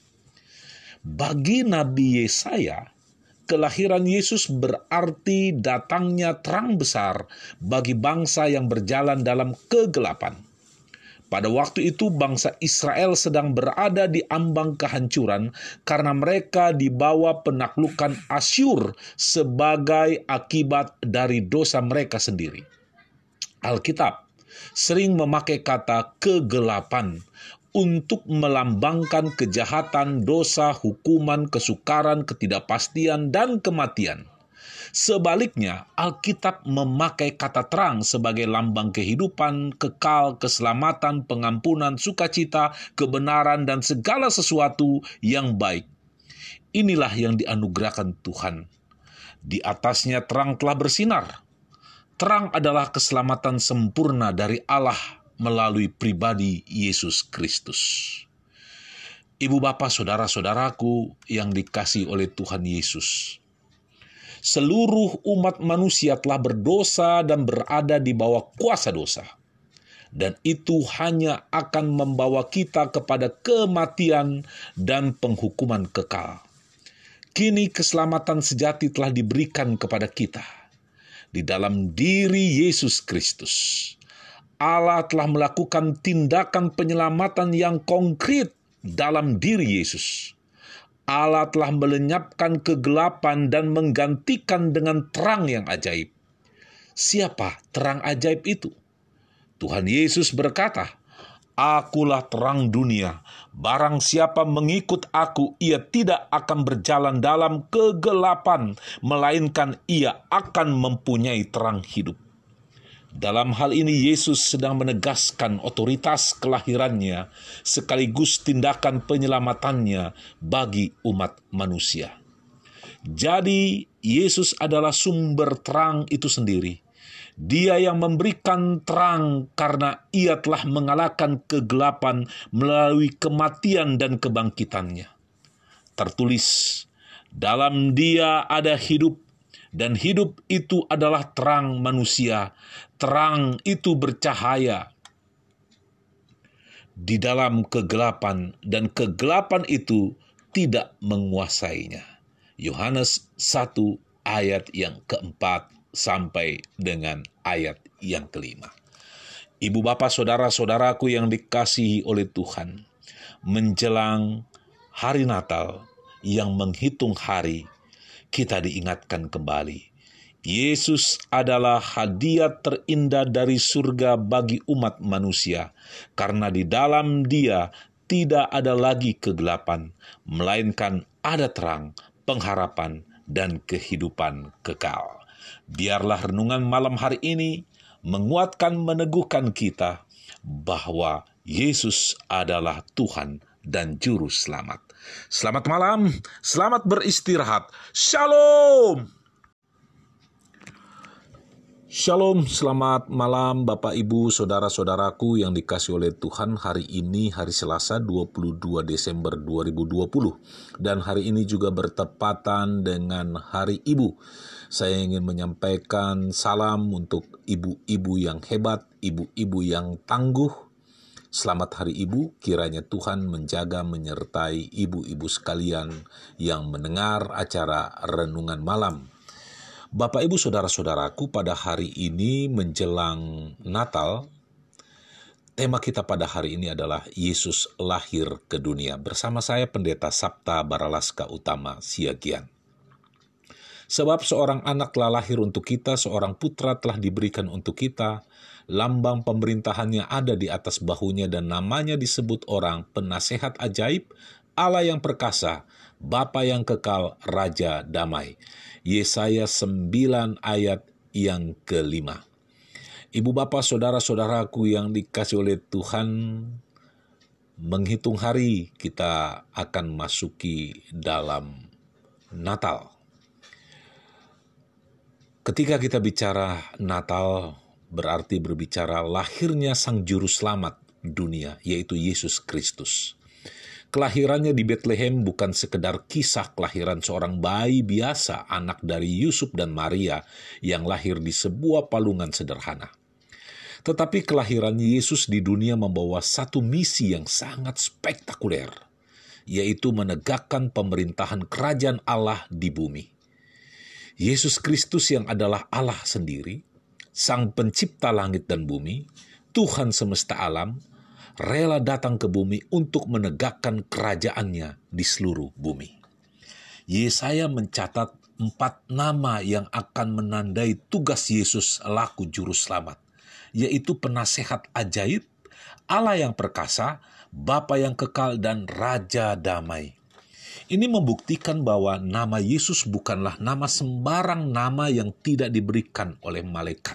Bagi Nabi Yesaya, kelahiran Yesus berarti datangnya terang besar bagi bangsa yang berjalan dalam kegelapan. Pada waktu itu bangsa Israel sedang berada di ambang kehancuran karena mereka dibawa penaklukan Asyur sebagai akibat dari dosa mereka sendiri. Alkitab sering memakai kata kegelapan untuk melambangkan kejahatan, dosa, hukuman, kesukaran, ketidakpastian, dan kematian. Sebaliknya, Alkitab memakai kata terang sebagai lambang kehidupan, kekal, keselamatan, pengampunan, sukacita, kebenaran, dan segala sesuatu yang baik. Inilah yang dianugerahkan Tuhan. Di atasnya terang telah bersinar. Terang adalah keselamatan sempurna dari Allah melalui pribadi Yesus Kristus. Ibu, Bapak, Saudara-saudaraku yang dikasihi oleh Tuhan Yesus, seluruh umat manusia telah berdosa dan berada di bawah kuasa dosa. Dan itu hanya akan membawa kita kepada kematian dan penghukuman kekal. Kini keselamatan sejati telah diberikan kepada kita. Di dalam diri Yesus Kristus, Allah telah melakukan tindakan penyelamatan yang konkret dalam diri Yesus. Allah telah melenyapkan kegelapan dan menggantikan dengan terang yang ajaib. Siapa terang ajaib itu? Tuhan Yesus berkata, "Akulah terang dunia. Barang siapa mengikut aku, ia tidak akan berjalan dalam kegelapan, melainkan ia akan mempunyai terang hidup." Dalam hal ini Yesus sedang menegaskan otoritas kelahirannya sekaligus tindakan penyelamatannya bagi umat manusia. Jadi Yesus adalah sumber terang itu sendiri. Dia yang memberikan terang karena ia telah mengalahkan kegelapan melalui kematian dan kebangkitannya. Tertulis, dalam Dia ada hidup, dan hidup itu adalah terang manusia. Terang itu bercahaya di dalam kegelapan, dan kegelapan itu tidak menguasainya. Yohanes satu ayat yang keempat sampai dengan ayat yang kelima. Ibu, Bapak, Saudara-saudaraku yang dikasihi oleh Tuhan, menjelang hari Natal yang menghitung hari, kita diingatkan kembali, Yesus adalah hadiah terindah dari surga bagi umat manusia, karena di dalam Dia tidak ada lagi kegelapan, melainkan ada terang, pengharapan, dan kehidupan kekal. Biarlah renungan malam hari ini menguatkan, meneguhkan kita bahwa Yesus adalah Tuhan dan Juru Selamat. Selamat malam, selamat beristirahat. Shalom. Shalom, selamat malam Bapak, Ibu, Saudara-saudaraku yang dikasihi oleh Tuhan. Hari ini hari Selasa dua puluh dua Desember dua ribu dua puluh, dan hari ini juga bertepatan dengan Hari Ibu. Saya ingin menyampaikan salam untuk ibu-ibu yang hebat, ibu-ibu yang tangguh. Selamat Hari Ibu, kiranya Tuhan menjaga menyertai ibu-ibu sekalian yang mendengar acara Renungan Malam. Bapak, Ibu, Saudara-saudaraku, pada hari ini menjelang Natal, tema kita pada hari ini adalah Yesus lahir ke dunia. Bersama saya Pendeta Sapta Baralaska Utama Siagian. Sebab seorang anak telah lahir untuk kita, seorang putra telah diberikan untuk kita, lambang pemerintahannya ada di atas bahunya, dan namanya disebut orang Penasehat Ajaib, Allah yang perkasa, Bapa yang kekal, Raja damai. Yesaya sembilan ayat yang kelima. Ibu, Bapak, Saudara-saudaraku yang dikasihi oleh Tuhan, menghitung hari kita akan masuki dalam Natal. Ketika kita bicara Natal, berarti berbicara lahirnya Sang Juru Selamat dunia, yaitu Yesus Kristus. Kelahirannya di Betlehem bukan sekedar kisah kelahiran seorang bayi biasa, anak dari Yusuf dan Maria yang lahir di sebuah palungan sederhana. Tetapi kelahiran Yesus di dunia membawa satu misi yang sangat spektakuler, yaitu menegakkan pemerintahan kerajaan Allah di bumi. Yesus Kristus yang adalah Allah sendiri, Sang Pencipta langit dan bumi, Tuhan semesta alam, rela datang ke bumi untuk menegakkan kerajaannya di seluruh bumi. Yesaya mencatat empat nama yang akan menandai tugas Yesus selaku juru selamat, yaitu penasehat ajaib, Allah yang perkasa, Bapa yang kekal, dan Raja damai. Ini membuktikan bahwa nama Yesus bukanlah nama sembarang nama yang tidak diberikan oleh malaikat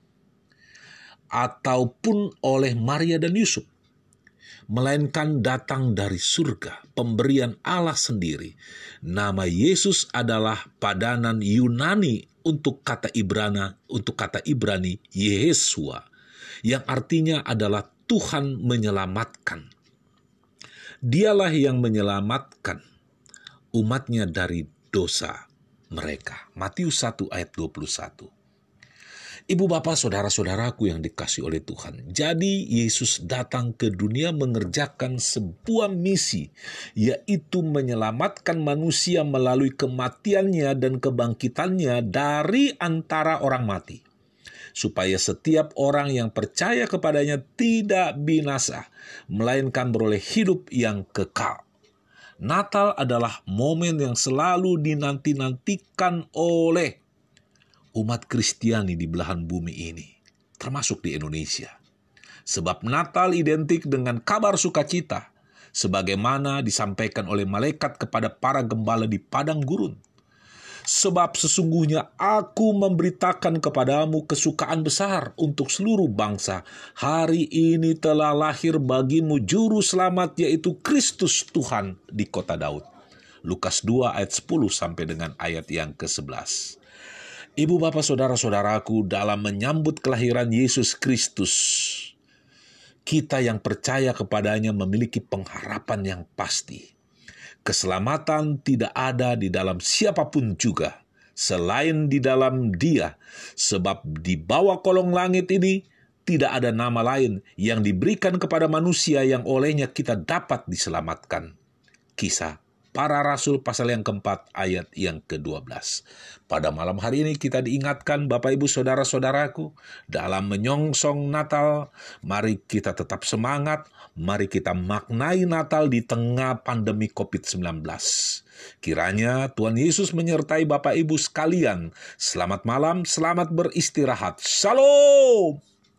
ataupun oleh Maria dan Yusuf, melainkan datang dari surga, pemberian Allah sendiri. Nama Yesus adalah padanan Yunani untuk kata Ibrani, untuk kata Ibrani Yeshua, yang artinya adalah Tuhan menyelamatkan. Dialah yang menyelamatkan umatnya dari dosa mereka. Matius satu ayat dua puluh satu. Ibu bapak saudara-saudaraku yang dikasihi oleh Tuhan, jadi Yesus datang ke dunia mengerjakan sebuah misi, yaitu menyelamatkan manusia melalui kematiannya dan kebangkitannya dari antara orang mati, supaya setiap orang yang percaya kepadanya tidak binasa, melainkan beroleh hidup yang kekal. Natal adalah momen yang selalu dinanti-nantikan oleh umat Kristiani di belahan bumi ini, termasuk di Indonesia. Sebab Natal identik dengan kabar sukacita, sebagaimana disampaikan oleh malaikat kepada para gembala di padang gurun. Sebab sesungguhnya aku memberitakan kepadamu kesukaan besar untuk seluruh bangsa. Hari ini telah lahir bagimu juru selamat, yaitu Kristus Tuhan di kota Daud. Lukas dua ayat sepuluh sampai dengan ayat yang ke sebelas. Ibu bapak saudara-saudaraku, dalam menyambut kelahiran Yesus Kristus, kita yang percaya kepadanya memiliki pengharapan yang pasti. Keselamatan tidak ada di dalam siapapun juga, selain di dalam Dia, sebab di bawah kolong langit ini tidak ada nama lain yang diberikan kepada manusia yang olehnya kita dapat diselamatkan. Kisah Para Rasul pasal yang keempat ayat yang kedua belas. Pada malam hari ini kita diingatkan Bapak Ibu Saudara-saudaraku, dalam menyongsong Natal, mari kita tetap semangat, mari kita maknai Natal di tengah pandemi covid sembilan belas. Kiranya Tuhan Yesus menyertai Bapak Ibu sekalian. Selamat malam, selamat beristirahat. Shalom!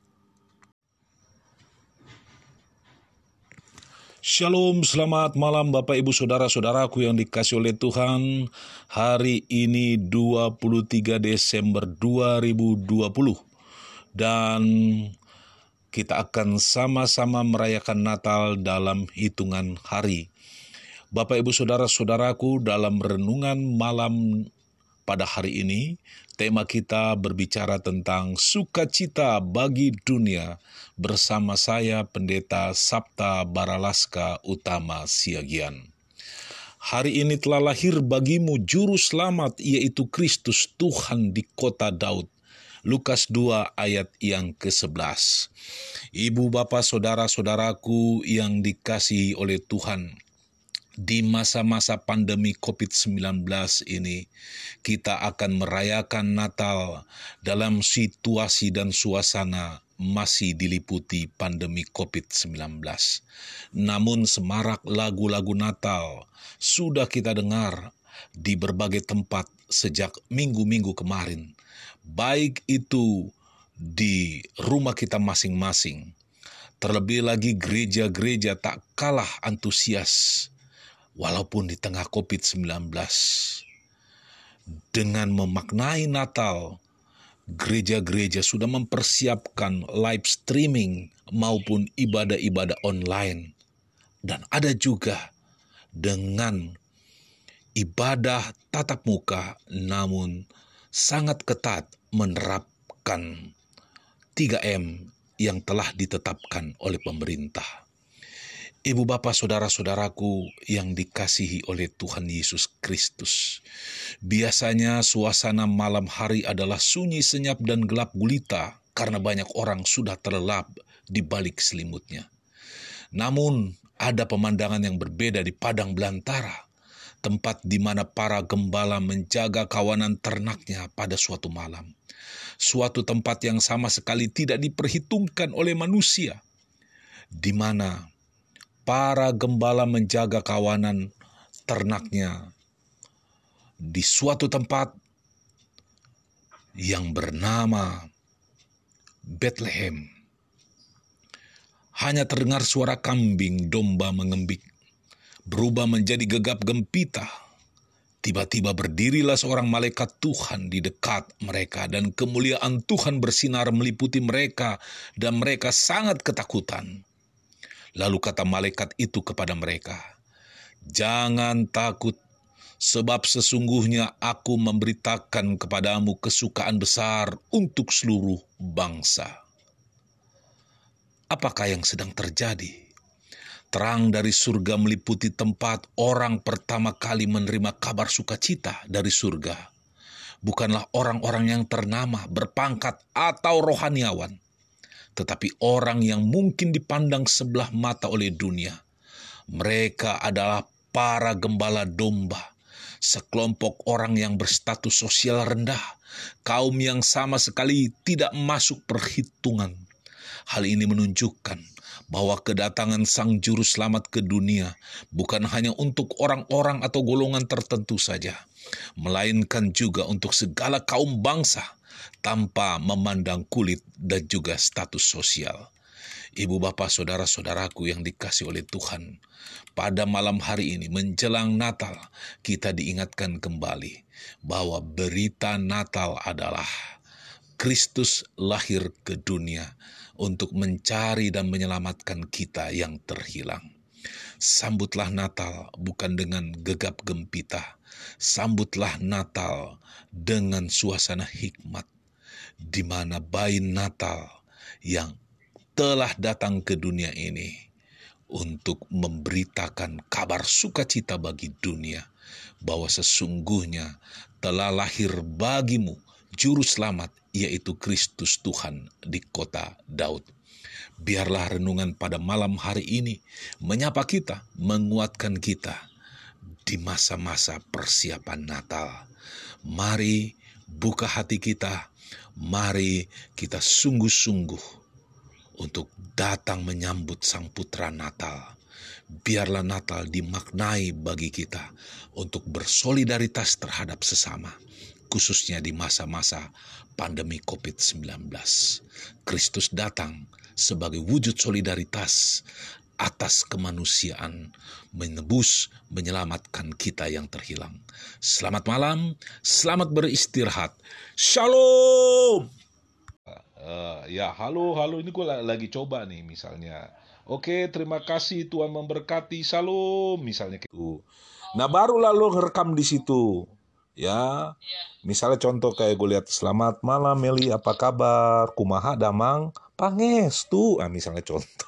Shalom, selamat malam Bapak Ibu Saudara-saudaraku yang dikasihi oleh Tuhan. Hari ini dua puluh tiga Desember dua ribu dua puluh. Dan kita akan sama-sama merayakan Natal dalam hitungan hari. Bapak Ibu Saudara-saudaraku, dalam renungan malam pada hari ini, tema kita berbicara tentang sukacita bagi dunia bersama saya Pendeta Sabta Baralaska Utama Siagian. Hari ini telah lahir bagimu juru selamat, yaitu Kristus Tuhan di kota Daud. Lukas dua ayat yang ke sebelas. Ibu bapak saudara-saudaraku yang dikasihi oleh Tuhan, di masa-masa pandemi covid sembilan belas ini, kita akan merayakan Natal dalam situasi dan suasana masih diliputi pandemi covid sembilan belas. Namun semarak lagu-lagu Natal sudah kita dengar di berbagai tempat sejak minggu-minggu kemarin. Baik itu di rumah kita masing-masing. Terlebih lagi gereja-gereja tak kalah antusias walaupun di tengah covid sembilan belas, dengan memaknai Natal, gereja-gereja sudah mempersiapkan live streaming maupun ibadah-ibadah online. Dan ada juga dengan ibadah tatap muka, namun sangat ketat menerapkan tiga M yang telah ditetapkan oleh pemerintah. Ibu bapak saudara-saudaraku yang dikasihi oleh Tuhan Yesus Kristus. Biasanya suasana malam hari adalah sunyi senyap dan gelap gulita karena banyak orang sudah terlelap di balik selimutnya. Namun ada pemandangan yang berbeda di padang belantara, tempat di mana para gembala menjaga kawanan ternaknya pada suatu malam. Suatu tempat yang sama sekali tidak diperhitungkan oleh manusia, di mana para gembala menjaga kawanan ternaknya di suatu tempat yang bernama Bethlehem. Hanya terdengar suara kambing domba mengembik, berubah menjadi gegap gempita. Tiba-tiba berdirilah seorang malaikat Tuhan di dekat mereka, dan kemuliaan Tuhan bersinar meliputi mereka, dan mereka sangat ketakutan. Lalu kata malaikat itu kepada mereka, "Jangan takut, sebab sesungguhnya aku memberitakan kepadamu kesukaan besar untuk seluruh bangsa." Apakah yang sedang terjadi? Terang dari surga meliputi tempat orang pertama kali menerima kabar sukacita dari surga. Bukanlah orang-orang yang ternama, berpangkat, atau rohaniawan, tetapi orang yang mungkin dipandang sebelah mata oleh dunia. Mereka adalah para gembala domba, sekelompok orang yang berstatus sosial rendah, kaum yang sama sekali tidak masuk perhitungan. Hal ini menunjukkan bahwa kedatangan Sang Juru Selamat ke dunia bukan hanya untuk orang-orang atau golongan tertentu saja, melainkan juga untuk segala kaum bangsa, tanpa memandang kulit dan juga status sosial. Ibu bapak saudara-saudaraku yang dikasihi oleh Tuhan, pada malam hari ini menjelang Natal, kita diingatkan kembali bahwa berita Natal adalah Kristus lahir ke dunia untuk mencari dan menyelamatkan kita yang terhilang. Sambutlah Natal bukan dengan gegap gempita, sambutlah Natal dengan suasana hikmat, di mana bayi Natal yang telah datang ke dunia ini untuk memberitakan kabar sukacita bagi dunia, bahwa sesungguhnya telah lahir bagimu Juru Selamat, yaitu Kristus Tuhan di kota Daud. Biarlah renungan pada malam hari ini menyapa kita, menguatkan kita di masa-masa persiapan Natal. Mari buka hati kita, mari kita sungguh-sungguh untuk datang menyambut Sang Putra Natal. Biarlah Natal dimaknai bagi kita untuk bersolidaritas terhadap sesama, khususnya di masa-masa pandemi covid sembilan belas. Kristus datang sebagai wujud solidaritas atas kemanusiaan, menebus, menyelamatkan kita yang terhilang. Selamat malam, selamat beristirahat. Shalom! Uh, ya, halo, halo, ini gue lagi coba nih misalnya. Oke, terima kasih, Tuhan memberkati, shalom, misalnya gitu. Nah, baru lalu ngerekam di situ. Ya, misalnya contoh kayak gue lihat, "Selamat malam Meli, apa kabar? Kumaha damang? Pangestu." Ah, misalnya contoh.